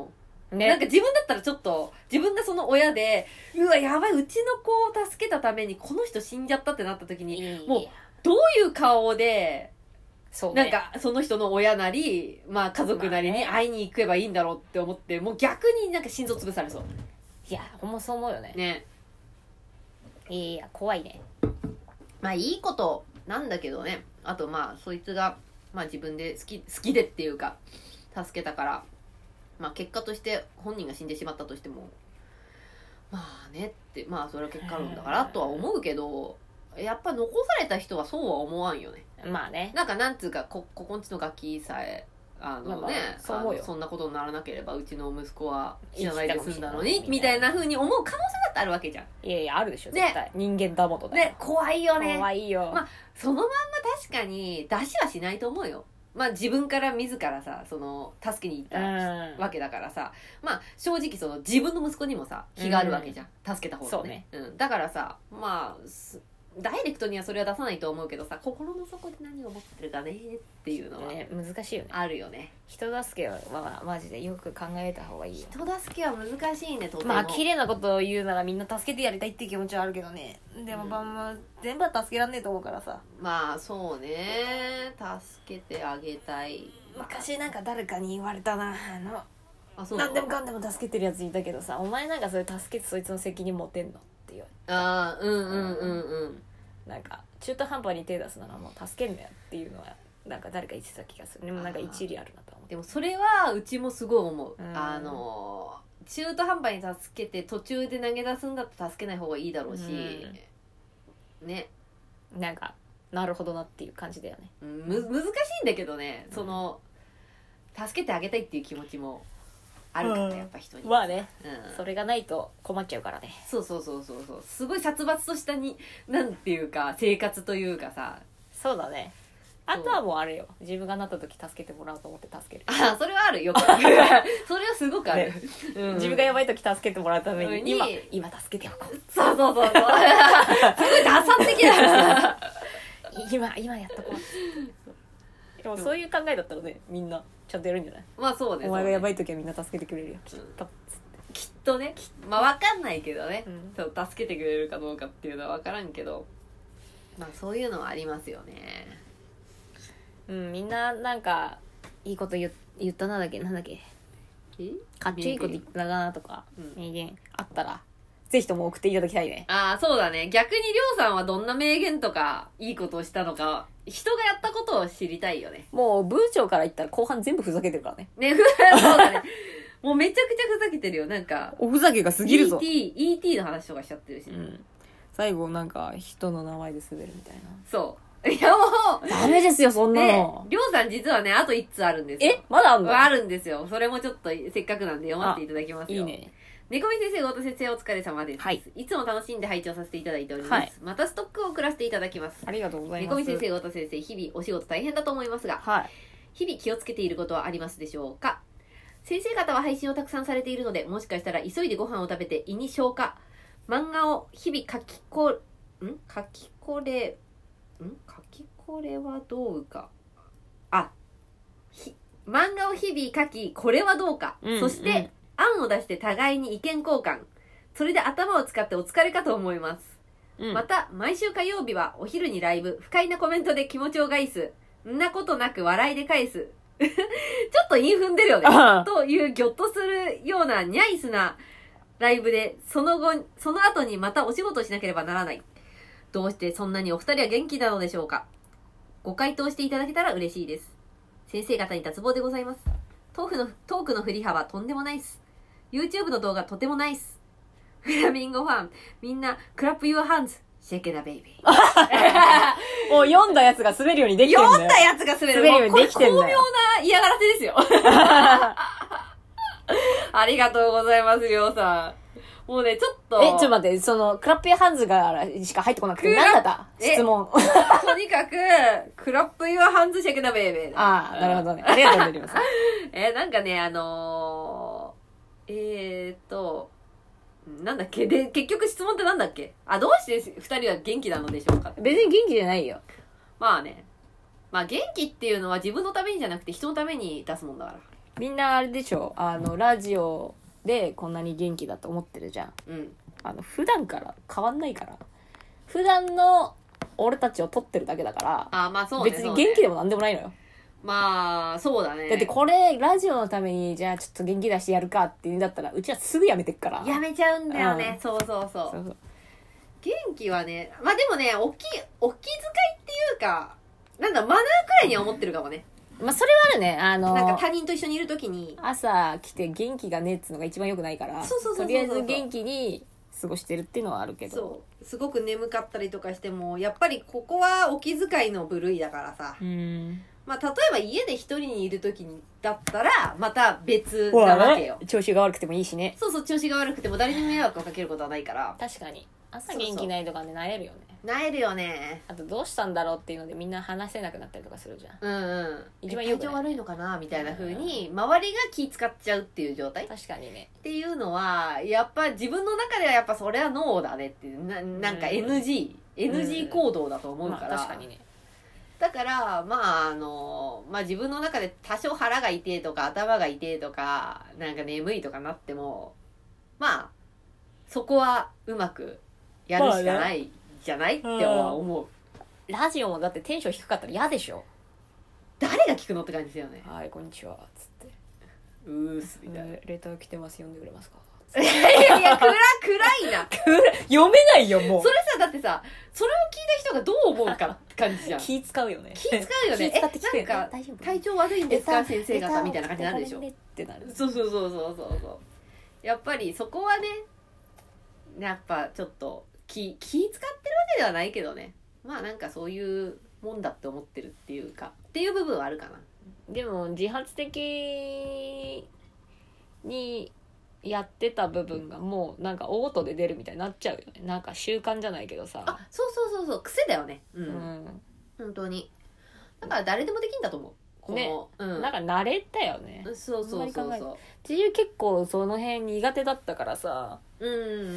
ね、なんか自分だったらちょっと自分がその親でうわやばいうちの子を助けたためにこの人死んじゃったってなった時に、いいもうどういう顔でそう、ね、なんかその人の親なり、まあ、家族なりに会いに行けばいいんだろうって思って、もう逆になんか心臓潰されそう。 いやほんまそう思うよね。 ね、 いや怖いね。 まあいいことなんだけどね。あとまあそいつが、まあ、自分で好き好きでっていうか助けたから、まあ、結果として本人が死んでしまったとしてもまあねってまあそれは結果論だからとは思うけど、やっぱ残された人はそうは思わんよね。 まあね、 なんかなんつうか こ, ここんちのガキさえあのね、まあまあ、そう思うよ。そんなことにならなければうちの息子は死なないで済んだのにみたいな風に思う可能性だってあるわけじゃん。 いやいやあるでしょ絶対、ね、人間だものだよね。 怖いよね。 怖いよ。 まあそのまんま確かに出しはしないと思うよ。まあ自分から自らさその助けに行ったわけだからさ、まあ正直その自分の息子にもさ非があるわけじゃん、うん、助けた方がね。そうね、うん、だからさまあダイレクトにはそれは出さないと思うけどさ、心の底で何を思ってるかねっていうのは、ね、 難しいよね。 あるよね。 人助けは、まあ、マジでよく考えた方がいいよ。 人助けは難しいね。とてもまあ綺麗なことを言うならみんな助けてやりたいっていう気持ちはあるけどね。でも、うん、まあ、全部は助けらんねえと思うからさ。 まあそうね、助けてあげたい。 昔なんか誰かに言われたな、あのあそう何でもかんでも助けてるやついたけどさ、お前なんかそれ助けてそいつの責任持てんのって言われた。 ああうんうんうんうん、 なんか中途半端に手出すならもう助けんのやっていうのはなんか誰か言ってた気がする。でもなんか一理あるなと思って。 でもそれはうちもすごい思う、うん、あの中途半端に助けて途中で投げ出すんだったら助けない方がいいだろうし、うん、ね、 なんかなるほどなっていう感じだよね、 うん、む難しいんだけどね、その助けてあげたいっていう気持ちもあるから、うん、やっぱ人にまあね、うん、それがないと困っちゃうからね。 そうそうそうそうそう、すごい殺伐としたになんていうか生活というかさ。 そうだね。あとはもうあれよ、自分がなった時助けてもらおうと思って助ける。 ああそれはあるよそれはすごくある、ね、 うん、自分がやばい時助けてもらうために今今助けておこう。 そうそうそうそうすごい打算的なんですよ今今やっとこう。でもそういう考えだったらねみんなちゃんとやるんじゃない。 まあそうね、 お前がやばい時はみんな助けてくれるよ、きっと、うん、 きっとね。まあ分かんないけどね、うん、そう助けてくれるかどうかっていうのは分からんけど、まあそういうのはありますよね。 うん、みんななんかいいこと 言, 言ったなだっけなんだっけえかっちょいいこと言ったなとか名言あったらぜひとも送っていただきたいね。 ああそうだね。逆にりょうさんはどんな名言とかいいことをしたのか人がやったことを知りたいよね。 もう部長から言ったら後半全部ふざけてるからね。 ねそうだねもうめちゃくちゃふざけてるよ。なんかおふざけが過ぎるぞ。 イーティー, イーティー の話とかしちゃってるし、ね、うん、最後なんか人の名前で滑るみたいな。 そういやもうダメですよそんなの。 りょうさん実はねあといっつあるんですよ。 えまだあるの？ あるんですよ。それもちょっとせっかくなんで読ませていただきますよ。いいね。猫み先生、ごと先生お疲れ様です、はい、いつも楽しんで拝聴させていただいております、はい、またストックを送らせていただきます。 ありがとうございます。 猫み先生、ごと先生、日々お仕事大変だと思いますが、はい、日々気をつけていることはありますでしょうか。先生方は配信をたくさんされているので、もしかしたら急いでご飯を食べて胃に消化、漫画を日々書きこん書きこれん書きこれはどうかあひ漫画を日々書きこれはどうか、うん、そして、うん案を出して互いに意見交換、それで頭を使ってお疲れかと思います、うん、また毎週火曜日はお昼にライブ、不快なコメントで気持ちを害す、んなことなく笑いで返すちょっと韻踏んでるよねというギョッとするようなニャイスなライブで、その後その後にまたお仕事をしなければならない。どうしてそんなにお二人は元気なのでしょうか。ご回答していただけたら嬉しいです。先生方に脱帽でございます。トークのトークの振り幅とんでもないっす。YouTube の動画とてもナイス。フラミンゴファン、みんな、クラップユアハンズ、シェケナベイビー。 もう読んだやつが滑るようにできてんだよ。 読んだやつが滑る。 滑るようにできてんだよ。 巧妙な嫌がらせですよ。ありがとうございます、りょうさん。もうね、ちょっと。 え、ちょっと待って、その、クラップユアハンズがしか入ってこなくて、何だった質問。 とにかく、クラップユアハンズ、シェケナベイビー。 ああ、なるほどね。ありがとうございます。 え、なんかね、あのー、えーと、なんだっけで、結局質問ってなんだっけあ、どうして二人は元気なのでしょうか。 別に元気じゃないよ。 まあね。まあ元気っていうのは自分のためにじゃなくて人のために出すもんだから。 みんなあれでしょ、あのラジオでこんなに元気だと思ってるじゃん。 うん。 あの普段から変わんないから。普段の俺たちを撮ってるだけだから。 あ、まあそうね。 別に元気でもなんでもないのよ。 まあそうだね。 だってこれラジオのためにじゃあちょっと元気出してやるかっていうんだったらうちはすぐやめてっから。 やめちゃうんだよね。うん、そうそうそう。そうそう元気はね、まあでもね、おき、お気遣いっていうか、なんだ、マナーくらいには思ってるかもね。 まあそれはあるね。あの、 なんか他人と一緒にいるときに。 朝来て元気がねえっつうのが一番良くないから、 そうそうそうそうそう。 とりあえず元気に過ごしてるっていうのはあるけど。 そう。すごく眠かったりとかしても、やっぱりここはお気遣いの部類だからさ。 うん。 まあ例えば家で一人にいるときだったら、また別なわけよ、 ね。調子が悪くてもいいしね。 そうそう、調子が悪くても誰にも迷惑をかけることはないから。 確かに。朝元気ないとかね、なえるよね。 なえるよね。 あとどうしたんだろうっていうのでみんな話せなくなったりとかするじゃん。 うんうん。 一番よくない。 体調悪いのかなみたいな風に周りが気使っちゃうっていう状態。 確かにね。 っていうのはやっぱ自分の中ではやっぱそれはノーだねっていうな、なんか エヌジー、うん、エヌジー 行動だと思うから。 まあ、確かにね。 だからまああのまあ自分の中で多少腹が痛いとか頭が痛いとかなんか眠いとかなってもまあそこはうまくやるしかない、まあね、じゃないって思う。 ラジオもだってテンション低かったら嫌でしょ。 誰が聞くのって感じですよね。 はいこんにちはつってうーすみたいな、 レター来てます読んでくれますか。 いやいや暗暗いな読めないよもう。 それさだってさそれを聞いた人がどう思うかって感じじゃん。 気使うよね。 気使うよね。 気使って聞くよね。 えなんか体調悪いんですか先生方みたいな感じになるでしょ。 ってなる。 そうそうそうそうそうそう。やっぱりそこはねやっぱちょっと気気使ってるわけではないけどね。まあなんかそういうもんだって思ってるっていうかっていう部分はあるかな。 でも自発的にやってた部分がもうなんかオートで出るみたいになっちゃうよね。なんか習慣じゃないけどさ。 あ、そうそうそうそう癖だよね。うん。うん、本当に。だから誰でもできんだと思う。このね、うん、なんか慣れたよね。 そうそうそうそう。 自由結構その辺苦手だったからさ。 うん。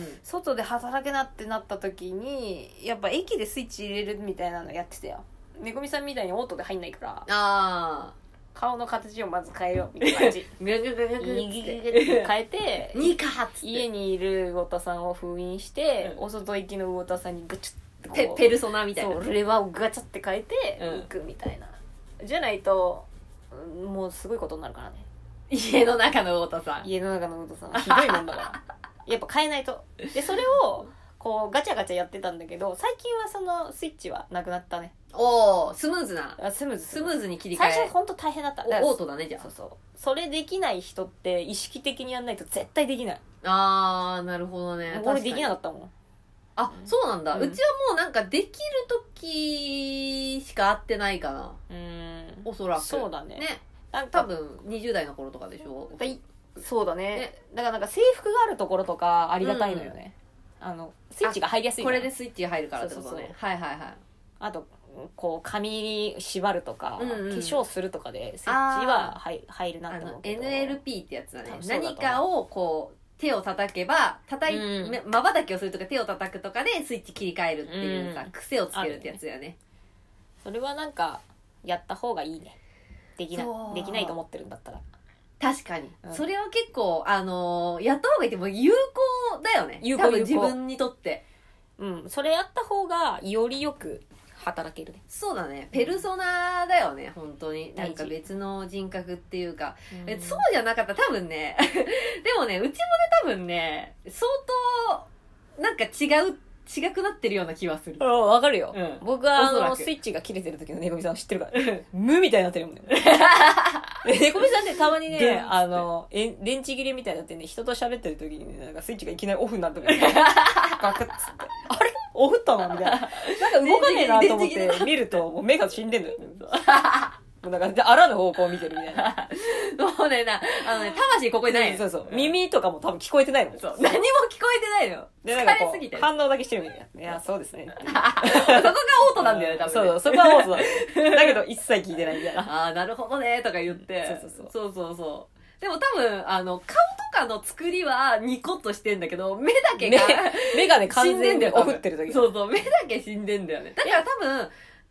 外で働けなってなった時にやっぱ駅でスイッチ入れるみたいなのやってたよ。ねこみさんみたいにオートで入んないから。ああ。 顔の形をまず変えようみたいな感じ。 グググググって変えてニカっつって家にいる魚田さんを封印して、うん、お外行きの魚田さんにグチュッてペルソナみたいなそうレバーをガチャって変えて行くみたいな、うん、じゃないともうすごいことになるからね。 家の中の魚田さん家の中の魚田さんひどいもんだからやっぱ変えないと。でそれをこうガチャガチャやってたんだけど最近はそのスイッチはなくなったね。 おースムーズなあスムーズスムーズに切り替え。 最初ほんと大変だった。 オートだねじゃあ。 そうそうそれできない人って意識的にやんないと絶対できない。 あーなるほどね。 俺できなかったもん。 あ、うん、そうなんだ、うん、うちはもうなんかできる時しか会ってないかな。うんおそらくそうだね。 ねなんか多分にじゅう代の頃とかでしょ。 はいそうだね。ねだからなんか制服があるところとかありがたいのよね、うん、あのスイッチが入りやすい。 これでスイッチが入るからってことね。そうそうそうはいはいはい。 あとこう髪縛るとか、うんうん、化粧するとかでスイッチは入入るなって思うけどエヌエルピー ってやつだね。何かをこう手を叩けば叩いまばたきをするとか手を叩くとかでスイッチ切り替えるっていうさ、うん、癖をつけるってやつだよね。 それはなんかやった方がいいね。できなできないと思ってるんだったら確かに、うん、それは結構あのー、やった方がいいってもう有効だよね。有効多分自分にとってうんそれやった方がよりよく働けるね。 そうだね。ペルソナだよね、本当に。なんか別の人格っていうか。うん、そうじゃなかったら多分ね、でもね、うちもね多分ね、相当、なんか違う、違くなってるような気はする。 わわかるよ。うん、僕はあの、スイッチが切れてる時のねこみさん知ってるから。無みたいになってるもんね。ねこみさんね、たまにね、あの、え電池切れみたいになってね、人と喋ってる時にね、なんかスイッチがいきなりオフになってる、ね。ガクッつって。あれオフったのみたいな。なんか動かねえなと思って見ると、もう目が死んでんのよ。もうなんか、あらぬ方向を見てるみたいな。 もうね、な、あのね、魂ここにない、 うん。そうそう。耳とかも多分聞こえてないの。 そう。何も聞こえてないの。 で、なんかこう、反応だけしてるみたいな。いや、そうですね。そこがオートなんだよね、多分、ね。 そうそう、そこはオートだ。だけど、一切聞いてないみたいな。 ああ、なるほどね、とか言って。そうそうそう。そうそうそう。でも多分、あの、顔とかの作りはニコッとしてんだけど、目だけが、 目がね、完全にオフってる時。 そうそう、目だけ死んでんだよね。だから多分、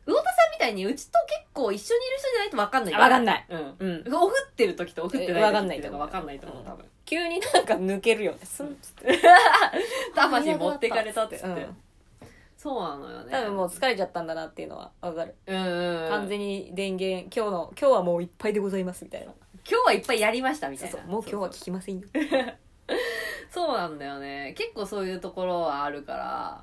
魚田さんみたいにうちと結構一緒にいる人じゃないと分かんない。 分かんない。 うん。 うん。 オフってる時とオフってない時分かんないっていうのが分かんないと思う、多分。 急になんか抜けるよね。スンッつって。 魂持ってかれたっつって。 うん、 そうなのよね。 多分もう疲れちゃったんだなっていうのは分かる。 うんうん。 完全に電源、今日の、今日はもういっぱいでございますみたいな。 今日はいっぱいやりましたみたいな。 そうそう、もう今日は聞きませんよ。 そうなんだよね。結構そういうところはあるから。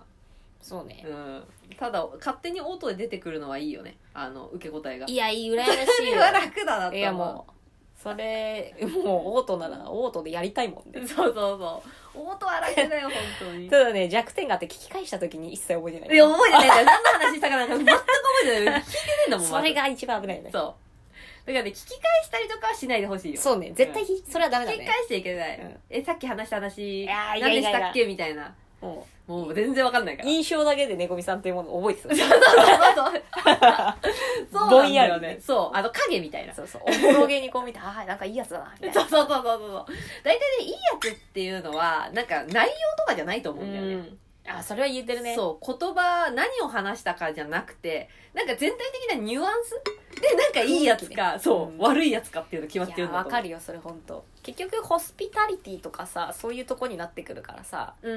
そうね。 うん。ただ勝手にオートで出てくるのはいいよね。あの受け答えが。 いや、いい、羨ましいよ。 楽だなって。 いやもうそれもうオートならオートでやりたいもんね。 そうそうそう。オートは楽だよ本当に。 ただね、弱点があって聞き返した時に一切覚えてない。 いや覚えてないんだよ。何の話したかなんか全く覚えてない。聞いてねえんだもん。 それが一番危ないよね。 そう。だからね、聞き返したりとかはしないでほしいよ。 そうね、絶対、うん、それはダメだね。 聞き返しちゃいけない。うん、え、さっき話した話、 何でしたっけみたいな。もう、もう全然わかんないから。 印象だけでねこみさんっていうものを覚えてた。 そうそうそう。そうなんだよね。そう。あの影みたいな。 そうそう。おぼろげにこう見て、ああ、なんかいいやつだな、みたいな。 そうそうそうそうそう。大体ね、いいやつっていうのは、なんか内容とかじゃないと思うんだよね。うんあ、それは言えてるね。 そう、言葉、何を話したかじゃなくて、なんか全体的なニュアンスで、なんかいいやつか、ね、そう、うん、悪いやつかっていうの決まってるんだと思う。 いや、わかるよ、それ本当。結局、ホスピタリティとかさ、そういうとこになってくるからさ。 うんうん。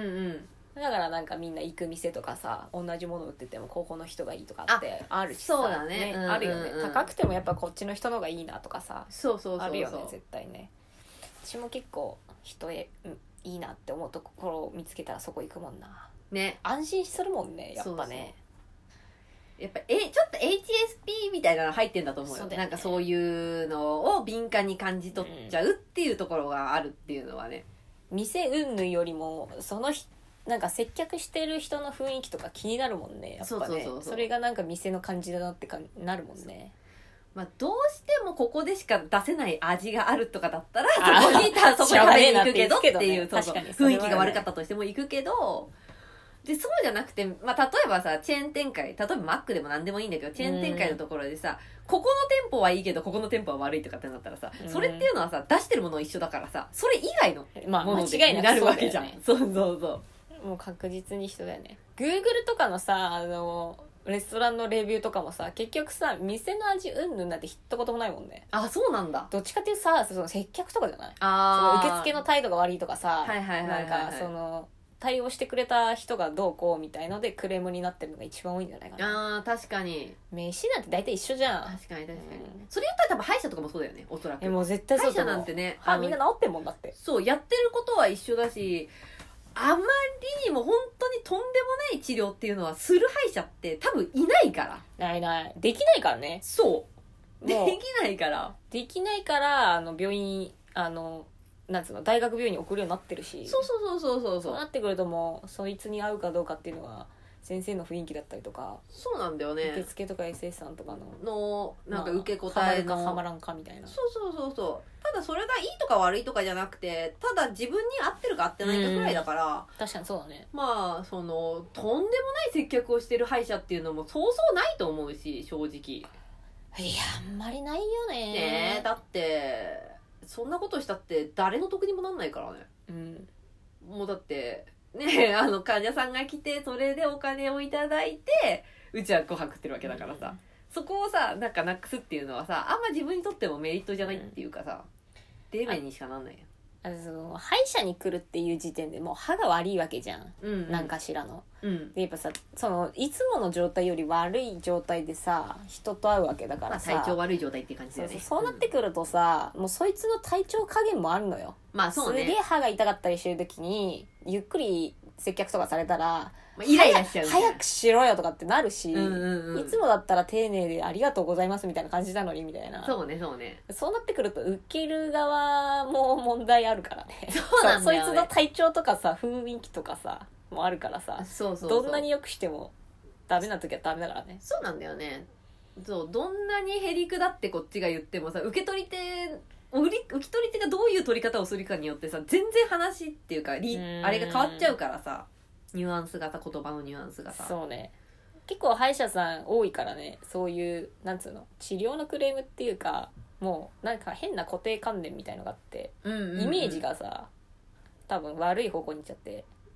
だからなんかみんな行く店とかさ、同じもの売っててもここの人がいいとかってあるしさ。 そうだね。 ね、うんうんうん、あるよね。高くてもやっぱこっちの人の方がいいなとかさ。 そうそうそうそう。 あるよね、絶対ね。私も結構人へ、うん、いいなって思うところを見つけたらそこ行くもんな。ね、安心するもんね、やっぱね。そうそうやっぱえちょっと エイチエスピー みたいなの入ってんだと思うよ。うね、なんかそういうのを敏感に感じ取っちゃうっていうところがあるっていうのはね。 うん、店云々よりもそのなんか接客してる人の雰囲気とか気になるもんね。やっぱね。そうそうそうそう。それがなんか店の感じだなってかなるもんね。 まあ、どうしてもここでしか出せない味があるとかだったらそこにそこに食べに行くけどっていう、そうそう、雰囲気が悪かったとしても行くけど。でそうじゃなくて、まあ、例えばさチェーン展開、例えばマックでも何でもいいんだけどチェーン展開のところでさ、ここの店舗はいいけどここの店舗は悪いとかってなったらさ、それっていうのはさ出してるもの一緒だからさ、それ以外のものになるわけじゃん。そうそうそう、 もう確実に一緒だよね。 Google とかのさ、あのレストランのレビューとかもさ、結局さ店の味うんぬんなんてひったこともないもんね。 あ、そうなんだ。 どっちかっていうとさ、その接客とかじゃない？あ、その受付の態度が悪いとかさ、 はいはいはいはいはい、 なんかその対応してくれた人がどうこうみたいのでクレームになってるのが一番多いんじゃないかな。 あー、確かに。 飯なんて大体一緒じゃん。 確かに確かに、うん、それ言ったら多分歯医者とかもそうだよね、おそらく。 え、もう絶対そうだ。 歯医者なんてね、 歯みんな治ってんもんだって。 そうやってることは一緒だし、あまりにも本当にとんでもない治療っていうのはする歯医者って多分いないから。 ないない、できないからね。 そうできないからできないからあの病院、あのなんつうの、大学病院に送るようになってるし。 そうそうそうそうそう。 そうなってくるともうそいつに合うかどうかっていうのは先生の雰囲気だったりとか。 そうなんだよね。 受付とか エスエス さんとかののなんか受け答えの、 まあ、ハマるかハマらんかみたいな。 そうそうそうそう。ただそれがいいとか悪いとかじゃなくて、ただ自分に合ってるか合ってないかぐらいだから、うん、 確かにそうだね。 まあそのとんでもない接客をしてる歯医者っていうのもそうそうないと思うし、正直。いや、あんまりないよね。 ねえ、だってそんなことしたって誰の得にもなんないからね。 うん。 もうだってね、あの患者さんが来てそれでお金をいただいてうちはご飯食ってるわけだからさ、うん、そこをさなんかなくすっていうのはさ、あんま自分にとってもメリットじゃないっていうかさ、デメにしかなんないよ。 あのその歯医者に来るっていう時点でもう歯が悪いわけじゃん、 うんうん、 何かしらの、 うん、 でやっぱさ、そのいつもの状態より悪い状態でさ人と会うわけだからさ、 まあ、体調悪い状態っていう感じだよね。 そうそう、そうなってくるとさ、うん、もうそいつの体調加減もあるのよ。 まあそうね。 すげえ歯が痛かったりしてる時にゆっくり接客とかされたら、 まあ、イライラしちゃう、ね、 早くしろよとかってなるし、 うんうんうん、 いつもだったら丁寧でありがとうございますみたいな感じなのにみたいな。 そうねそうね。 そうなってくると受ける側も問題あるからね。 そうなんだよね。 そいつの体調とかさ雰囲気とかさもあるからさ、 そうそうそう、 どんなによくしてもダメな時はダメだからね。 そうなんだよね。そう、どんなにへりくだってこっちが言ってもさ、受け取り手受け取り手がどういう取り方をするかによってさ、全然話っていうかリあれが変わっちゃうからさ、ニュアンスがさ、言葉のニュアンスがさ。 そうね。結構歯医者さん多いからね、そういうなんつうの、治療のクレームっていうか、もうなんか変な固定観念みたいのがあって、 うんうんうん、 イメージがさ多分悪い方向に行っちゃって、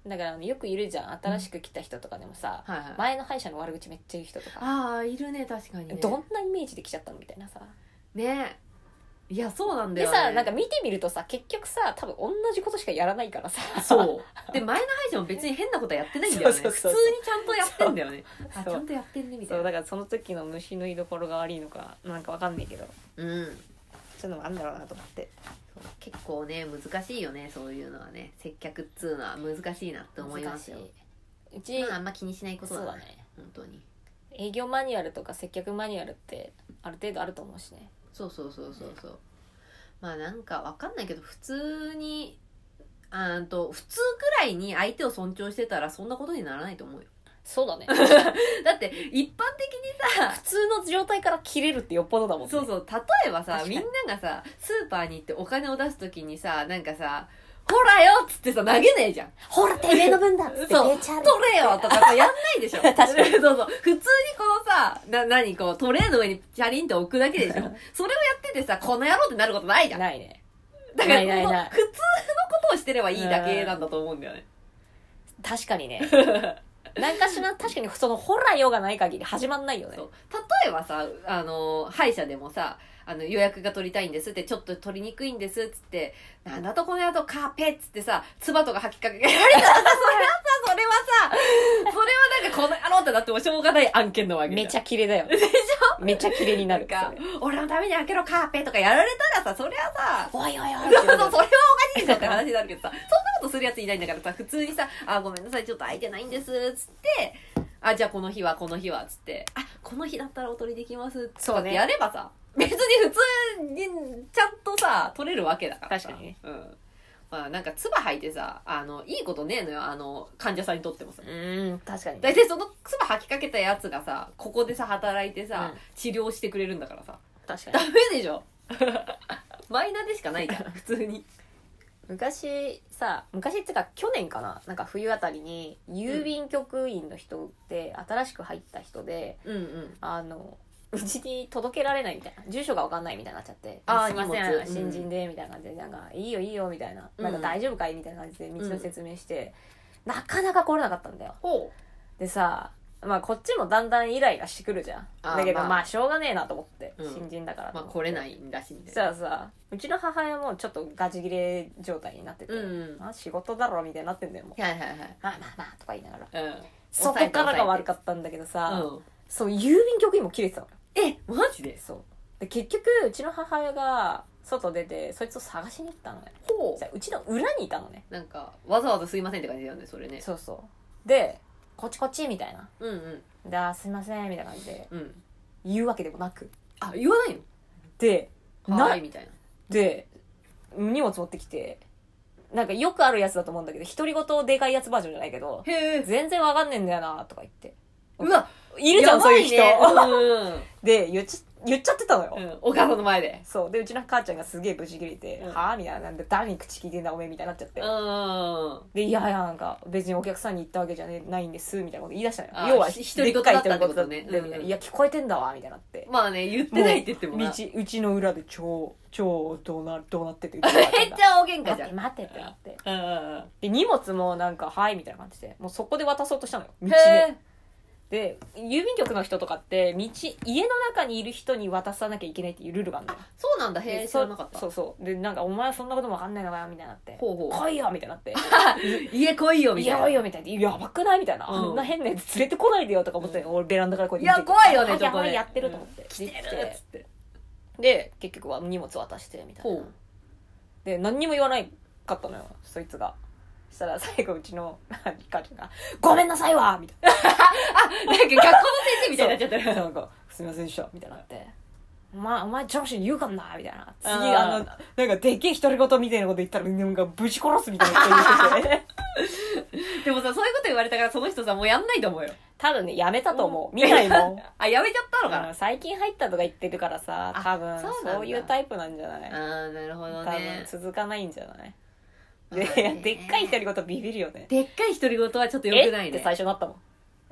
だからよくいるじゃん、新しく来た人とかでもさ、 はいはい、 前の歯医者の悪口めっちゃ言う人とか、 ああいるね確かにね。 どんなイメージで来ちゃったのみたいなさね。いやそうなんだよ、ね、 でさ、なんか見てみるとさ結局さ多分同じことしかやらないからさ、 そうで前の歯医者も別に変なことやってないんだよね。 そうそうそうそう、 普通にちゃんとやってんだよね。あちゃんとやってんねみたいな。 そうだからその時の虫の居所が悪いのかなんかわかんないけど、 うんそういうのもあるんだろうなと思って。 結構ね難しいよねそういうのはね。接客っつうのは難しいなって思いますよ。うち、まあ、あんま気にしないことだね。そうだね本当に。 営業マニュアルとか接客マニュアルってある程度あると思うしね。 そうそうそうそうそう、ね、まあなんかわかんないけど普通にあんと普通くらいに相手を尊重してたらそんなことにならないと思うよ。 そうだねだって一般的にさ普通の状態から切れるってよっぽどだもんね。 そうそう、例えばさみんながさスーパーに行ってお金を出すときにさなんかさほらよっつってさ投げねえじゃん。 ほらてめえの分だっつってそう取れよとかさやんないでしょ確かにそうそう普通にこのさな何こうトレーの上にチャリンって置くだけでしょそれをやっててさこの野郎ってなることないじゃん。ないね。だからないないない普通のことをしてればいいだけなんだと思うんだよね。 確かにね何かしら確かにそのホラーよがない限り始まんないよね。そう例えばさあの歯医者でもさあの予約が取りたいんですってちょっと取りにくいんですっつってなんだとこのやとカーペっつってさ唾とか吐きかけられたらさそれはさそれはさそれはなんかこの野郎ってなってもしょうがない案件のわけじゃん。 めちゃキレだよ。でしょめちゃキレになるか俺のために開けろカーペとかやられたらさそれはさおいおいおいそうそうそれはおかしいぞって話になるけどさそんなことするやついないんだからさ普通にさあごめんなさいちょっと空いてないんですっつってあじゃあこの日はこの日はっつってあこの日だったらお取りできますとかってやればさ、ね、別に普通にちゃんとさ取れるわけだからさ。 確かにね。 うんまあなんか唾吐いてさあのいいことねえのよあの患者さんにとってもさ。 うん確かに。 大体その唾吐きかけたやつがさここでさ働いてさ、うん、治療してくれるんだからさ。 確かにダメでしょマイナーでしかないから普通に。 昔さ昔っていうか去年かななんか冬あたりに郵便局員の人って新しく入った人で、 うんうん、 あのうちに届けられないみたいな住所が分かんないみたいになっちゃってあすいません新人でみたいな感じでなんかいいよいいよみたいな、うん、なんか大丈夫かいみたいな感じで道の説明して、うん、なかなか来れなかったんだよ。でさまあこっちもだんだんイライラしてくるじゃん。だけどまあ、まあしょうがねえなと思って、うん、新人だからまあ来れないんだしみたいな。さあさうちの母親もちょっとガチ切れ状態になってて、うん、あ仕事だろみたいになってんだよもう。 はいはいはい。 まあまあまあとか言いながら、 うん、 そこからが悪かったんだけどさ、うん、そう郵便局員も切れてたの。 えマジで？ そうで結局うちの母親が外出てそいつを探しに行ったのよ。ほううちの裏にいたのね。 なんかわざわざすいませんって感じだよねそれね。 そうそうでこっちこっちみたいな。 うんうんで、あすいませんみたいな感じで、うん、言うわけでもなく、 あ言わないのではいみたいなで荷物持ってきてなんかよくあるやつだと思うんだけど独り言でかいやつバージョンじゃないけどへ全然わかんねえんだよなとか言ってうわいるじゃん、ね、そういう人、 うん、 で言っち言っちゃってたのよ、 うん、お母さんの前で。 そうでうちの母ちゃんがすげえブチ切れて、うん、はぁみたいななんで誰に口聞いてんだおめえみたいになっちゃって、 うん、 でいやいやなんか別にお客さんに言ったわけじゃないんですみたいなこと言い出したのよ。 要は一人言だったってことね、 うん、いや聞こえてんだわみたいになって、 まあね言ってないって言ってもな道うちの裏で超超どうなどうなっててめっちゃ大喧嘩じゃん。 待って待ってってなって、 うん、 で荷物もなんかはいみたいな感じでもうそこで渡そうとしたのよ道で。で郵便局の人とかって道家の中にいる人に渡さなきゃいけないっていうルールがあるんだよ。 そうなんだ。へえ知らなかった。 そうそうでなんかお前そんなことも分かんないのかよみたいになってほうほう来いよみたいになって家来いよみたいな家来いよみたいなやばくないみたいな、うん、あんな変なやつ連れてこないでよとか思って、うん、俺ベランダからこうやっていや怖いよねちょっとねやってると思って、うん、来てるっつってで結局は荷物渡してみたいなで何にも言わないかったのよそいつが。そしたら最後うちの母ちゃんがごめんなさいわみたいなあなんか学校の先生みたいになっちゃってるなんかすいませんでしたみたいになってお前お前上司に言うかんなみたいな次あのなんかでっけえ独り言みたいなこと言ったらなんかぶち殺すみたいなこと言っててでもさそういうこと言われたからその人さもうやんないと思うよ。 多分ねやめたと思う見ないもんあやめちゃったのかな、 うん、最近入ったとか言ってるからさ多分そう、そういうタイプなんじゃない。 ああなるほどね。 多分続かないんじゃない。で, でっかい独り言ビビるよね。 でっかい独り言はちょっと良くないね。 えって最初なったもん。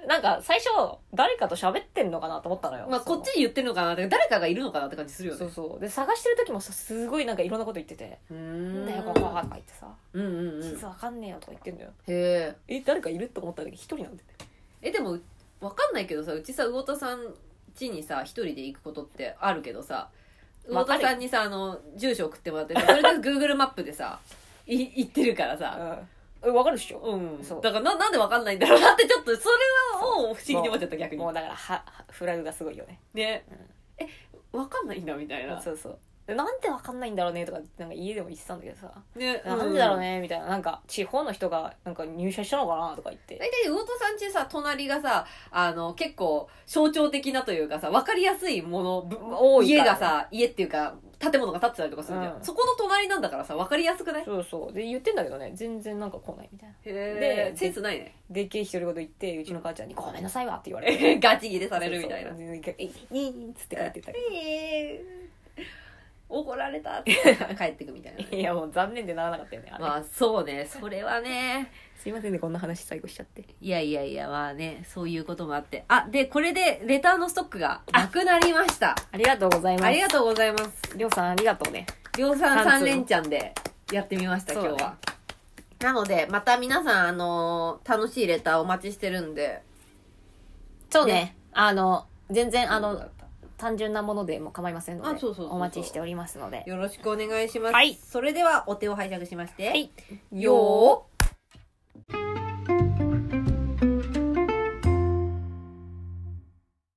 なんか最初誰かと喋ってんのかなと思ったのよ。 まあこっちに言ってるのかなって、誰かがいるのかなって感じするよね。 そうそう。で探してる時もさ、すごいなんかいろんなこと言ってて、うーんだよここはとか言ってさ、うんうんうん、実はわかんねえよとか言ってんだよ。へえ。え、誰かいると思ったんだけど一人なんだよね。 え、でもわかんないけどさ、うちさ魚田さん家にさ一人で行くことってあるけどさ、魚田さんにさあの住所送ってもらってさ、それで Google マップでさい行ってるからさ、うんわかるっしょ。 うん。そう。だからな、なんでわかんないんだろうなって、ちょっと、それは、もう不思議に思っちゃった、逆に。 もうだから、は、フラグがすごいよね。 ね。うん、え、わかんないんだ、みたいな。 そうそう。なんでわかんないんだろうねとか、なんか家でも言ってたんだけどさ。ね。なんでだろうねみたいな。なんか、地方の人が、なんか入社したのかなとか言って。 大体、魚戸さんちさ、隣がさ、あの、結構、象徴的なというかさ、わかりやすいもの、多い家がさ、家っていうか、建物が建ってたりとかするじゃん、うん、そこの隣なんだからさ分かりやすくない？ そうそうで言ってんだけどね、全然なんか来ないみたいな。 へえ、センスないね。 でっけえ独り言言ってうちの母ちゃんに「ごめんなさいわ」って言われてガチ切れされるみたいな。 そうそう「いい」っつって帰ってたけど怒られたって帰ってくみたいな、ね、 いやもう残念でならなかったよねあれ。 まあそうね、それはねすいませんねこんな話最後しちゃって。 いやいやいや、まあね、そういうこともあって、あ、でこれでレターのストックがなくなりました。 ありがとうございます。 ありがとうございます。 りょうさんありがとうね。 りょうさんさん連チャンでやってみました、今日は。なのでまた皆さん、あのー、楽しいレターお待ちしてるんで。 そうね、ね、あの全然あの単純なものでも構いませんので、お待ちしておりますのでよろしくお願いします。 はい、 それではお手を拝借しまして、 はい、 よー